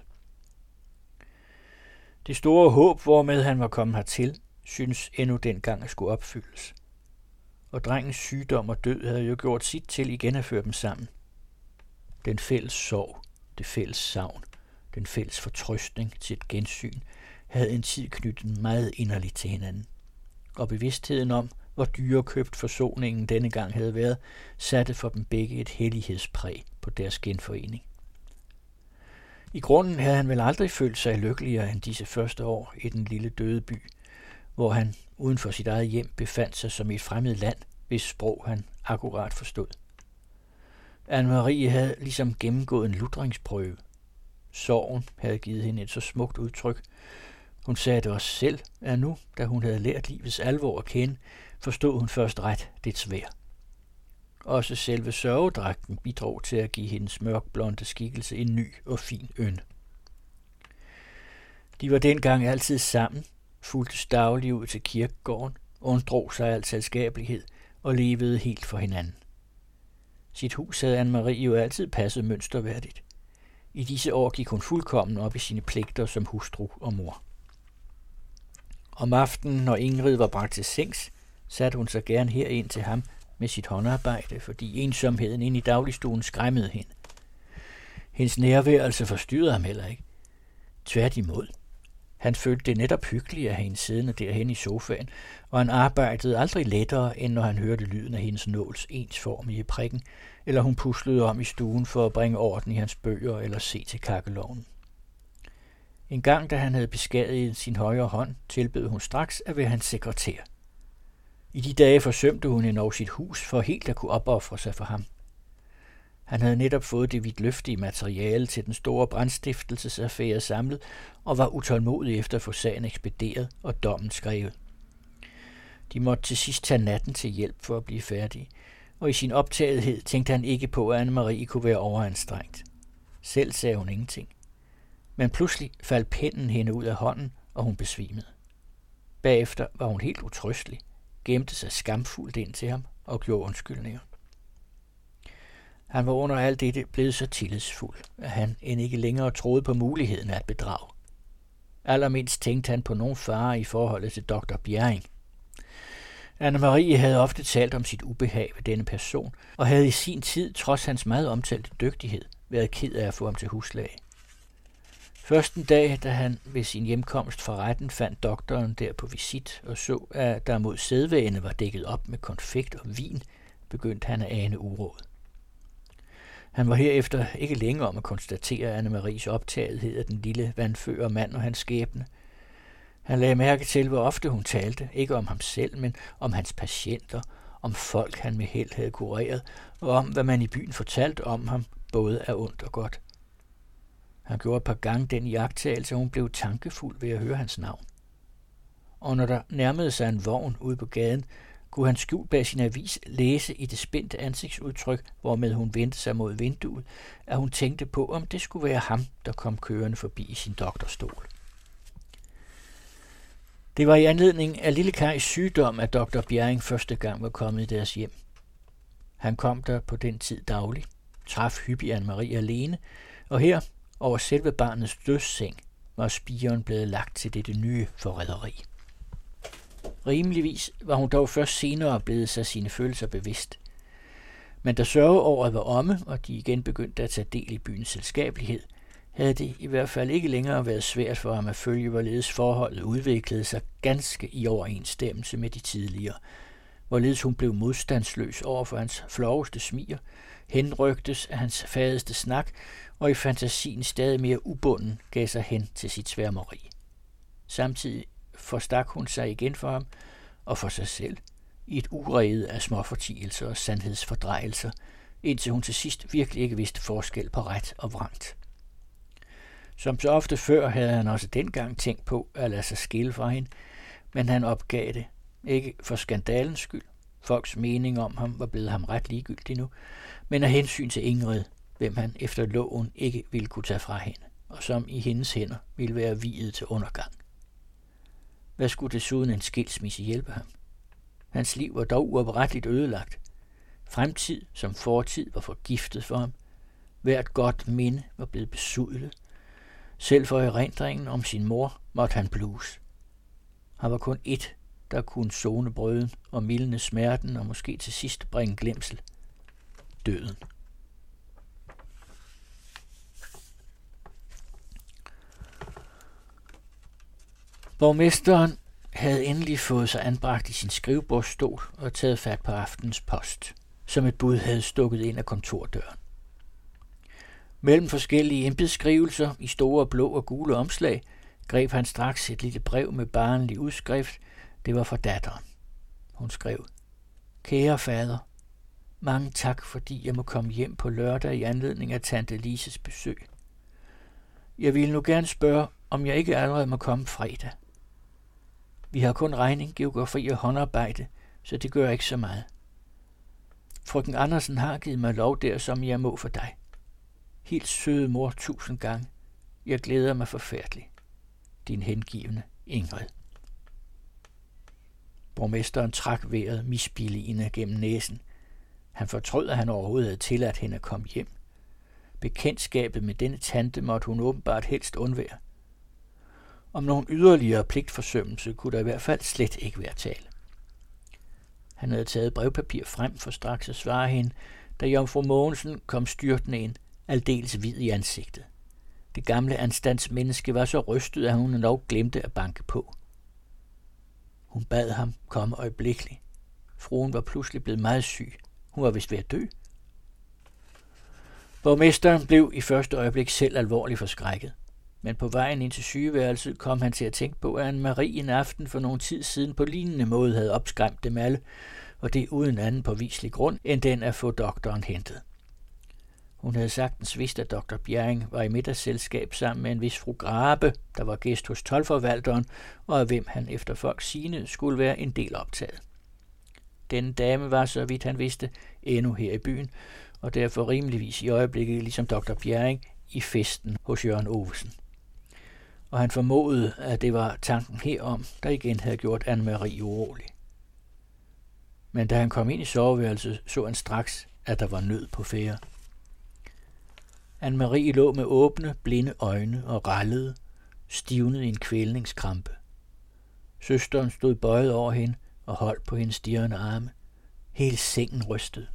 Det store håb, hvormed han var kommet hertil, synes endnu dengang at skulle opfyldes. Og drengens sygdom og død havde jo gjort sit til igen at føre dem sammen. Den fælles sorg, det fælles savn, den fælles fortrøstning til et gensyn, havde en tid knyttet meget inderligt til hinanden. Og bevidstheden om, hvor dyrekøbt forsoningen denne gang havde været, satte for dem begge et hellighedspræg på deres genforening. I grunden havde han vel aldrig følt sig lykkeligere end disse første år i den lille døde by, hvor han uden for sit eget hjem befandt sig som i et fremmed land, hvis sprog han akkurat forstod. Anne-Marie havde ligesom gennemgået en lutringsprøve. Sorgen havde givet hende et så smukt udtryk. Hun sagde det også selv, at nu, da hun havde lært livets alvor at kende, forstod hun først ret dets værd. Også selve sørgedragten bidrog til at give hendes mørkblonde skikkelse en ny og fin ynde. De var dengang altid sammen, fulgtes dagligt ud til kirkegården, undrog sig al selskabelighed og levede helt for hinanden. Sit hus havde Anne-Marie jo altid passet mønsterværdigt. I disse år gik hun fuldkommen op i sine pligter som hustru og mor. Om aftenen, når Ingrid var bragt til sengs, satte hun sig gerne herind til ham med sit håndarbejde, fordi ensomheden inde i dagligstuen skræmmede hende. Hendes nærværelse forstyrrede ham heller ikke. Tværtimod. Han følte det netop hyggeligt at have hende siddende derhen i sofaen, og han arbejdede aldrig lettere, end når han hørte lyden af hendes nåls ensformige prikken, eller hun puslede om i stuen for at bringe orden i hans bøger eller se til kakkelovnen. En gang, da han havde beskadiget sin højre hånd, tilbød hun straks at være hans sekretær. I de dage forsømte hun endnu sit hus for helt at kunne opofre sig for ham. Han havde netop fået det vidtløftige materiale til den store brandstiftelsesaffære samlet og var utålmodig efter at få sagen ekspederet og dommen skrevet. De måtte til sidst tage natten til hjælp for at blive færdige, og i sin optagethed tænkte han ikke på, at Anne-Marie kunne være overanstrengt. Selv sagde hun ingenting. Men pludselig faldt pennen hende ud af hånden, og hun besvimede. Bagefter var hun helt utrøstelig, gemte sig skamfuldt ind til ham og gjorde undskyldninger. Han var under alt dette blevet så tillidsfuld, at han end ikke længere troede på muligheden af at bedrage. Allermindst tænkte han på nogen fare i forholdet til dr. Bjerring. Anne-Marie havde ofte talt om sit ubehag ved denne person, og havde i sin tid, trods hans meget omtalte dygtighed, været ked af at få ham til huslæge. Først en dag, da han ved sin hjemkomst fra retten fandt doktoren der på visit og så, at der mod sædvane var dækket op med konfekt og vin, begyndte han at ane uråd. Han var herefter ikke længere om at konstatere Anne-Maries optagethed af den lille vandfører mand og hans skæbne. Han lagde mærke til, hvor ofte hun talte, ikke om ham selv, men om hans patienter, om folk, han med held havde kureret, og om, hvad man i byen fortalte om ham, både af ondt og godt. Han gjorde et par gange den iagttagelse, at hun blev tankefuld ved at høre hans navn. Og når der nærmede sig en vogn ude på gaden, kunne han skjult bag sin avis læse i det spændte ansigtsudtryk, hvormed hun vendte sig mod vinduet, at hun tænkte på, om det skulle være ham, der kom kørende forbi i sin doktorstol. Det var i anledning af lille Kajs sygdom, at dr. Bjerring første gang var kommet i deres hjem. Han kom der på den tid daglig, traf hyppig Anne-Marie alene, og her, over selve barnets dødsseng, var spiren blevet lagt til dette nye forræderi. Rimeligvis var hun dog først senere blevet sig sine følelser bevidst. Men da sørgeåret var omme, og de igen begyndte at tage del i byens selskabelighed, havde det i hvert fald ikke længere været svært for ham at følge, hvorledes forholdet udviklede sig ganske i overensstemmelse med de tidligere, hvorledes hun blev modstandsløs over for hans floveste smiger, henrygtes af hans fadeste snak, og i fantasien stadig mere ubunden gav sig hen til sit sværmeri. Samtidig forstak hun sig igen for ham og for sig selv i et uredet af småfortielser og sandhedsfordrejelser, indtil hun til sidst virkelig ikke vidste forskel på ret og vrangt. Som så ofte før havde han også dengang tænkt på at lade sig skille fra hende, men han opgav det, ikke for skandalens skyld, folks mening om ham var blevet ham ret ligegyldig nu, men af hensyn til Ingrid, hvem han efter loven ikke ville kunne tage fra hende, og som i hendes hænder ville være viet til undergang. Hvad skulle desuden en skilsmisse hjælpe ham? Hans liv var dog uopretteligt ødelagt. Fremtid som fortid var forgiftet for ham. Hvert godt minde var blevet besudlet. Selv for erindringen om sin mor måtte han bluse. Han var kun ét, der kunne sone brøden og mildne smerten og måske til sidst bringe glemsel. Døden. Borgmesteren havde endelig fået sig anbragt i sin skrivebordsstol og taget fat på aftens post, som et bud havde stukket ind af kontordøren. Mellem forskellige embedsskrivelser i store blå og gule omslag greb han straks et lille brev med barnlig udskrift. Det var fra datteren. Hun skrev: Kære fader, mange tak, fordi jeg må komme hjem på lørdag i anledning af tante Lises besøg. Jeg ville nu gerne spørge, om jeg ikke allerede må komme fredag. Vi har kun regning, geografi og håndarbejde, så det gør ikke så meget. Frøken Andersen har givet mig lov der, som jeg må for dig. Helt søde mor 1000 gange. Jeg glæder mig forfærdeligt. Din hengivne Ingrid. Borgmesteren trak vejret misbilligende gennem næsen. Han fortrød, at han overhovedet havde tilladt hende at komme hjem. Bekendtskabet med denne tante måtte hun åbenbart helst undvære. Om nogen yderligere pligtforsømmelse kunne der i hvert fald slet ikke være tale. Han havde taget brevpapir frem for straks at svare hende, da jomfru Mogensen kom styrtende ind, aldeles hvid i ansigtet. Det gamle anstandsmenneske var så rystet, at hun nok glemte at banke på. Hun bad ham komme øjeblikkeligt. Fruen var pludselig blevet meget syg. Hun var vist ved at dø. Borgmesteren blev i første øjeblik selv alvorligt forskrækket. Men på vejen ind til sygeværelset kom han til at tænke på, at Anne-Marie en aften for nogen tid siden på lignende måde havde opskræmt dem alle, og det uden anden påviselig grund, end den at få doktoren hentet. Hun havde sagtens vidst, at doktor Bjerring var i middagsselskab sammen med en vis fru Grabe, der var gæst hos toldforvalteren, og af hvem han efter folks sigende skulle være en del optaget. Denne dame var, så vidt han vidste, endnu her i byen, og derfor rimeligvis i øjeblikket, ligesom doktor Bjerring, i festen hos Jørgen Ovesen. Og han formodede, at det var tanken herom, der igen havde gjort Anne-Marie urolig. Men da han kom ind i soveværelset, så han straks, at der var nød på færde. Anne-Marie lå med åbne, blinde øjne og rallede, stivnede i en kvælningskrampe. Søsteren stod bøjet over hende og holdt på hendes stirrende arme. Hele sengen rystede.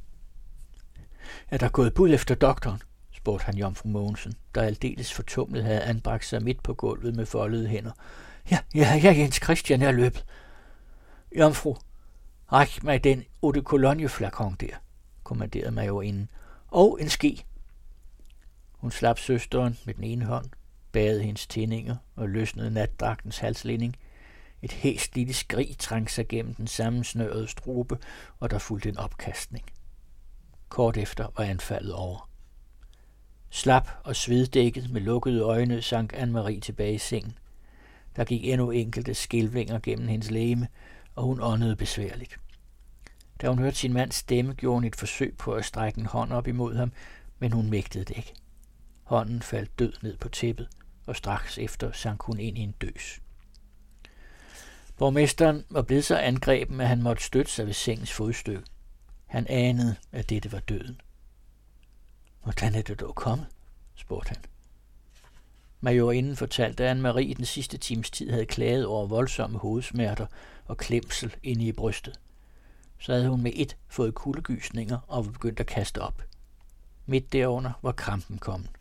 Er der gået bud efter doktoren? Spurgte han jomfru Mogensen, der aldeles fortumlet havde anbragt sig midt på gulvet med foldede hænder. Ja, Jens Christian er løbet. Jomfru, ræk mig den eau de cologne-flakon der, kommanderede majorinden, og en ske. Hun slap søsteren med den ene hånd, badede hendes tændinger og løsnede natdragtens halslinding. Et hæst lille skrig trængte sig gennem den sammensnørede strube, og der fulgte en opkastning. Kort efter var anfaldet over. Slap og sveddækket med lukkede øjne sank Anne-Marie tilbage i sengen. Der gik endnu enkelte skælvlinger gennem hendes legeme, og hun åndede besværligt. Da hun hørte sin mands stemme, gjorde hun et forsøg på at strække en hånd op imod ham, men hun mægtede det ikke. Hånden faldt død ned på tæppet, og straks efter sank hun ind i en døs. Borgmesteren var blevet så angreben, at han måtte støtte sig ved sengens fodstykke. Han anede, at dette var døden. Hvordan er det dog kommet? Spurgte han. Majorinden fortalte, at Anne-Marie den sidste times tid havde klaget over voldsomme hovedsmerter og klemsel inde i brystet. Så havde hun med ét fået kuldegysninger og var begyndt at kaste op. Midt derunder var krampen kommet.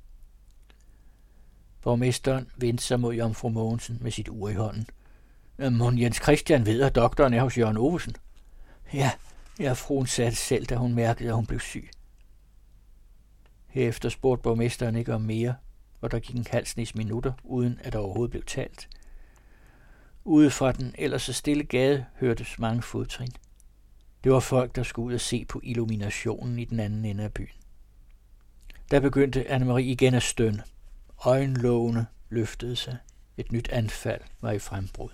Borgmesteren vendte sig mod jomfru Mogensen med sit ur i hånden. Mon Jens Christian ved, at doktoren er hos Jørgen Ovesen? Ja, fruen satte selv, da hun mærkede, at hun blev syg. Herefter spurgte borgmesteren ikke om mere, og der gik en halv snes minutter, uden at der overhovedet blev talt. Ude fra den ellers så stille gade hørtes mange fodtrin. Det var folk, der skulle ud og se på illuminationen i den anden ende af byen. Der begyndte Anne-Marie igen at stønne. Øjenlågene løftede sig. Et nyt anfald var i frembrud.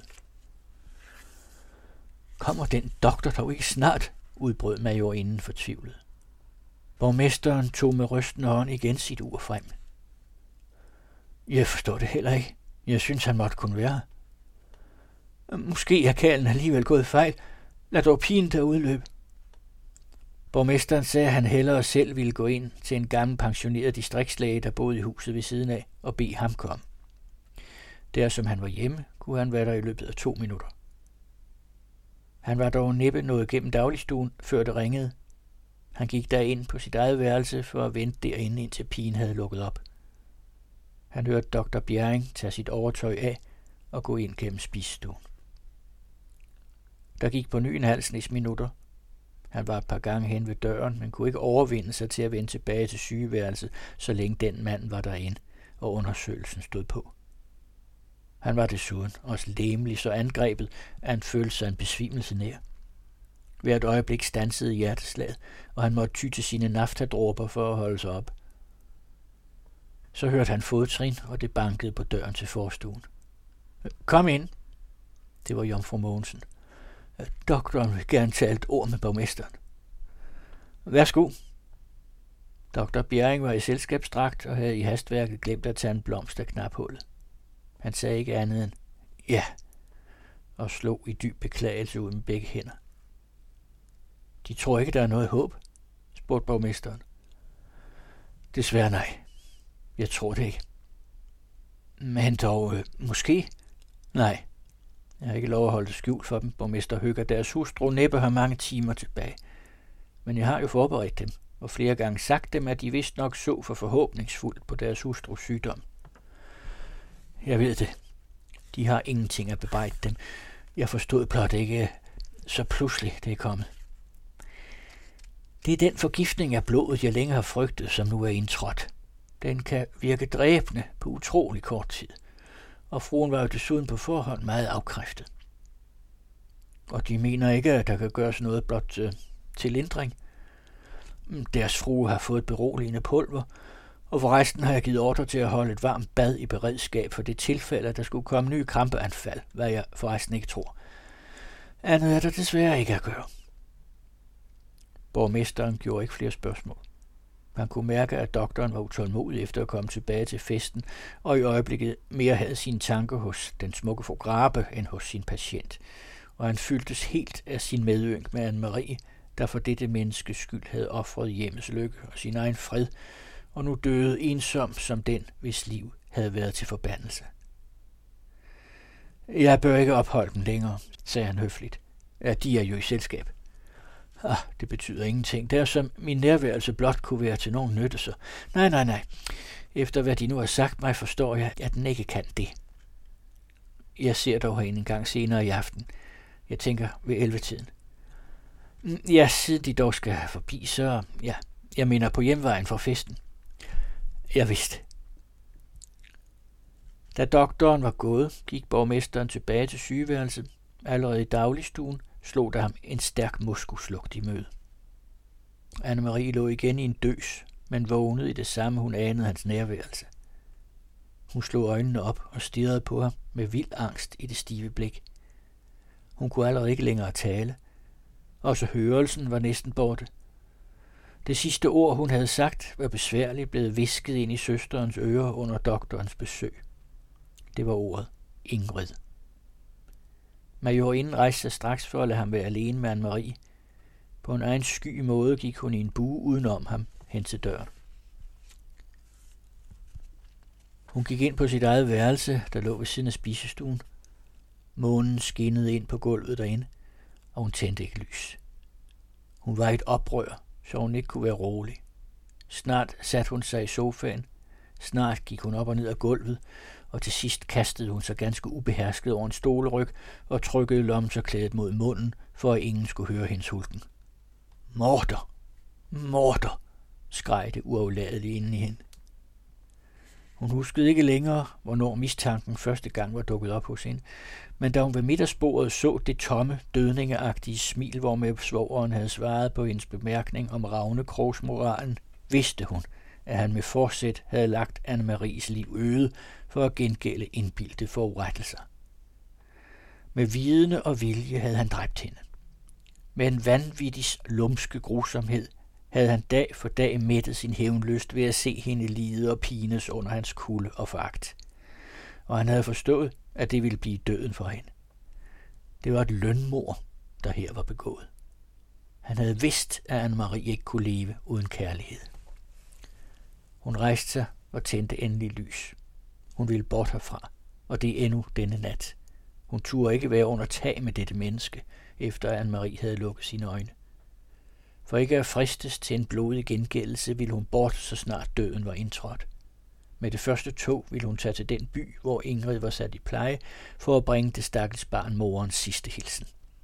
Kommer den doktor dog ikke snart, udbrød majorinden fortvivlet. Borgmesteren tog med rystende hånd igen sit ur frem. Jeg forstår det heller ikke. Jeg synes, han måtte kunne være. Måske er kalden alligevel gået fejl. Lad dog pigen der udløbe. Borgmesteren sagde, at han hellere selv ville gå ind til en gammel pensioneret distriktslæge, der boede i huset ved siden af, og bede ham komme. Der som han var hjemme, kunne han være der i løbet af 2 minutter. Han var dog næppe nået gennem dagligstuen, før det ringede. Han gik derind på sit eget værelse for at vente derinde, indtil pigen havde lukket op. Han hørte doktor Bjerring tage sit overtøj af og gå ind gennem spisestuen. Der gik på ny en halv snes minutter. Han var et par gange hen ved døren, men kunne ikke overvinde sig til at vende tilbage til sygeværelset, så længe den mand var derinde, og undersøgelsen stod på. Han var desuden også læmelig så angrebet, at han følte sig en besvimelse nær. Hvert øjeblik stansede hjerteslaget, og han måtte ty til sine naftadråber for at holde sig op. Så hørte han fodtrin, og det bankede på døren til forstuen. Kom ind. Det var jomfru Mogensen. Doktoren vil gerne tale et ord med borgmesteren. Værsgo. Doktor Bjerring var i selskabsdragt og havde i hastværket glemt at tage en blomst af knaphullet. Han sagde ikke andet end ja, og slog i dyb beklagelse ud med begge hænder. De tror ikke, der er noget håb, spurgte borgmesteren. Desværre nej. Jeg tror det ikke. Men dog, måske? Nej. Jeg har ikke lov at holde det skjult for dem. Borgmester Høgger, deres hustru, næppe har mange timer tilbage. Men jeg har jo forberedt dem, og flere gange sagt dem, at de vist nok så for forhåbningsfuldt på deres hustrus sygdom. Jeg ved det. De har ingenting at bebrejde dem. Jeg forstod blot ikke, så pludselig det er kommet. Det er den forgiftning af blodet, jeg længe har frygtet, som nu er indtrådt. Den kan virke dræbende på utrolig kort tid, og fruen var jo desuden på forhånd meget afkræftet. Og de mener ikke, at der kan gøres noget blot til lindring. Deres frue har fået beroligende pulver, og forresten har jeg givet ordre til at holde et varmt bad i beredskab for det tilfælde, at der skulle komme nye krampeanfald, hvad jeg forresten ikke tror. Andet er der desværre ikke at gøre. Borgmesteren gjorde ikke flere spørgsmål. Han kunne mærke, at doktoren var utålmodig efter at komme tilbage til festen, og i øjeblikket mere havde sine tanker hos den smukke fru Grabe end hos sin patient, og han fyldtes helt af sin medynk med Anne-Marie, der for dette menneskes skyld havde ofret hjemmets lykke og sin egen fred, og nu døde ensom som den, hvis liv havde været til forbandelse. Jeg bør ikke opholde dem længere, sagde han høfligt. Ja, de er jo i selskab. Det betyder ingenting. Det er som min nærværelse blot kunne være til nogen nytte, så. Nej. Efter hvad de nu har sagt mig, forstår jeg, at den ikke kan det. Jeg ser dog hende en gang senere i aften. Jeg tænker ved 11-tiden. Ja, siden de dog skal forbi, så ja, jeg mener på hjemvejen fra festen. Jeg vidste. Da doktoren var gået, gik borgmesteren tilbage til sygeværelset. Allerede i dagligstuen slog der ham en stærk muskuslugt i møde. Anne-Marie lå igen i en døs, men vågnede i det samme, hun anede hans nærværelse. Hun slog øjnene op og stirrede på ham med vild angst i det stive blik. Hun kunne allerede ikke længere tale. Også hørelsen var næsten borte. Det sidste ord, hun havde sagt, var besværligt blevet hvisket ind i søsterens ører under doktorens besøg. Det var ordet Ingrid. Majorinden rejste sig straks for at lade ham være alene med Anne-Marie. På en egen sky måde gik hun i en bue udenom ham hen til døren. Hun gik ind på sit eget værelse, der lå ved siden af spisestuen. Månen skinnede ind på gulvet derinde, og hun tændte ikke lys. Hun var i et oprør, så hun ikke kunne være rolig. Snart satte hun sig i sofaen. Snart gik hun op og ned ad gulvet, og til sidst kastede hun sig ganske ubehersket over en stoleryg og trykkede lommetørklædet mod munden, for at ingen skulle høre hendes hulken. Morder! Morder! skreg det uafladeligt inden i hende. Hun huskede ikke længere, hvornår mistanken første gang var dukket op hos hende, men da hun ved middagsbordet så det tomme, dødningeagtige smil, hvormed svogeren havde svaret på hendes bemærkning om Ravnekrogsmoralen, vidste hun, at han med forsæt havde lagt Anne-Maries liv øde for at gengælde indbildte forurettelser. Med vidne og vilje havde han dræbt hende. Med en vanvittig lumske grusomhed havde han dag for dag mættet sin hævnlyst ved at se hende lide og pines under hans kulde og foragt. Og han havde forstået, at det ville blive døden for hende. Det var et lønmord, der her var begået. Han havde vidst, at Anne-Marie ikke kunne leve uden kærlighed. Hun rejste sig og tændte endelig lys. Hun ville bort herfra, og det endnu denne nat. Hun turde ikke være under tag med dette menneske, efter at Anne-Marie havde lukket sine øjne. For ikke at fristes til en blodig gengældelse, ville hun bort, så snart døden var indtrådt. Med det første tog ville hun tage til den by, hvor Ingrid var sat i pleje, for at bringe det stakkels barn morens sidste hilsen.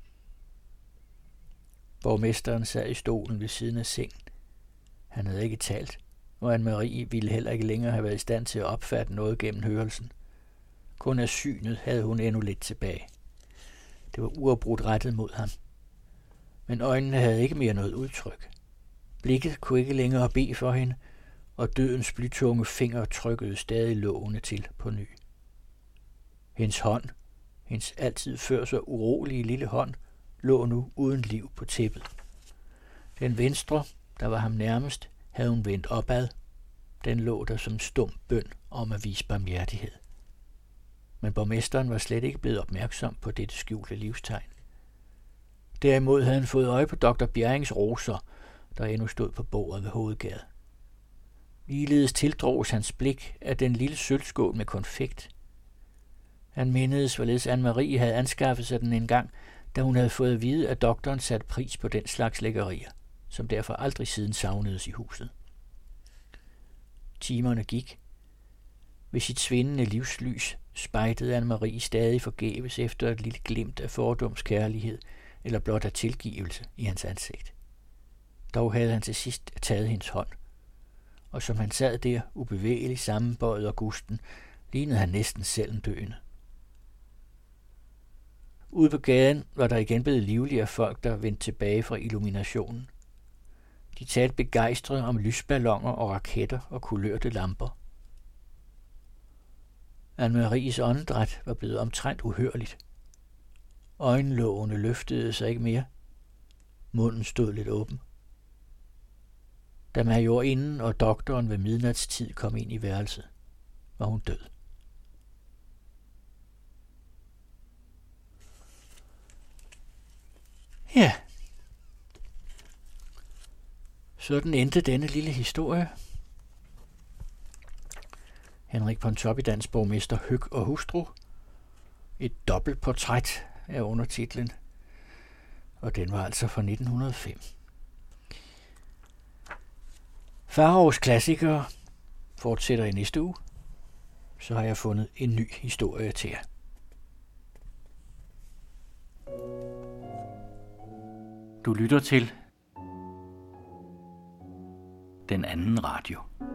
Borgmesteren sad i stolen ved siden af sengen. Han havde ikke talt, og Anne-Marie ville heller ikke længere have været i stand til at opfatte noget gennem hørelsen. Kun af synet havde hun endnu lidt tilbage. Det var uafbrudt rettet mod ham. Men øjnene havde ikke mere noget udtryk. Blikket kunne ikke længere bede for hende, og dødens blytunge fingre trykkede stadig lågene til på ny. Hendes hånd, hendes altid før så urolige lille hånd, lå nu uden liv på tæppet. Den venstre, der var ham nærmest, havde hun vendt opad. Den lå der som stum bøn om at vise barmhjertighed. Men borgmesteren var slet ikke blevet opmærksom på dette skjulte livstegn. Derimod havde han fået øje på dr. Bjerrings roser, der endnu stod på bordet ved hovedgade. Ligeledes tildroges hans blik af den lille sølvskål med konfekt. Han mindedes, hvorledes Anne-Marie havde anskaffet sig den engang, da hun havde fået at vide, at doktoren satte pris på den slags lækkerier, som derfor aldrig siden savnedes i huset. Timerne gik. Ved sit svindende livslys spejtede Anne-Marie stadig forgæves efter et lille glimt af fordomskærlighed eller blot af tilgivelse i hans ansigt. Dog havde han til sidst taget hendes hånd, og som han sad der ubevægelig sammenbøjet og gusten, lignede han næsten selv en døende. Ude på gaden var der igen blevet livligere folk, der vendte tilbage fra illuminationen. De talte begejstret om lysballoner og raketter og kulørte lamper. Anne-Maries åndedræt var blevet omtrent uhørligt. Øjenlågene løftede sig ikke mere. Munden stod lidt åben. Da majorinden og doktoren ved midnatstid kom ind i værelset, var hun død. Ja, sådan endte denne lille historie. Henrik Pontoppidans borgmester Høg og hustru. Et dobbeltportræt er undertitlen, og den var altså fra 1905. Farovs klassikere fortsætter i næste uge. Så har jeg fundet en ny historie til jer. Du lytter til Den Anden Radio.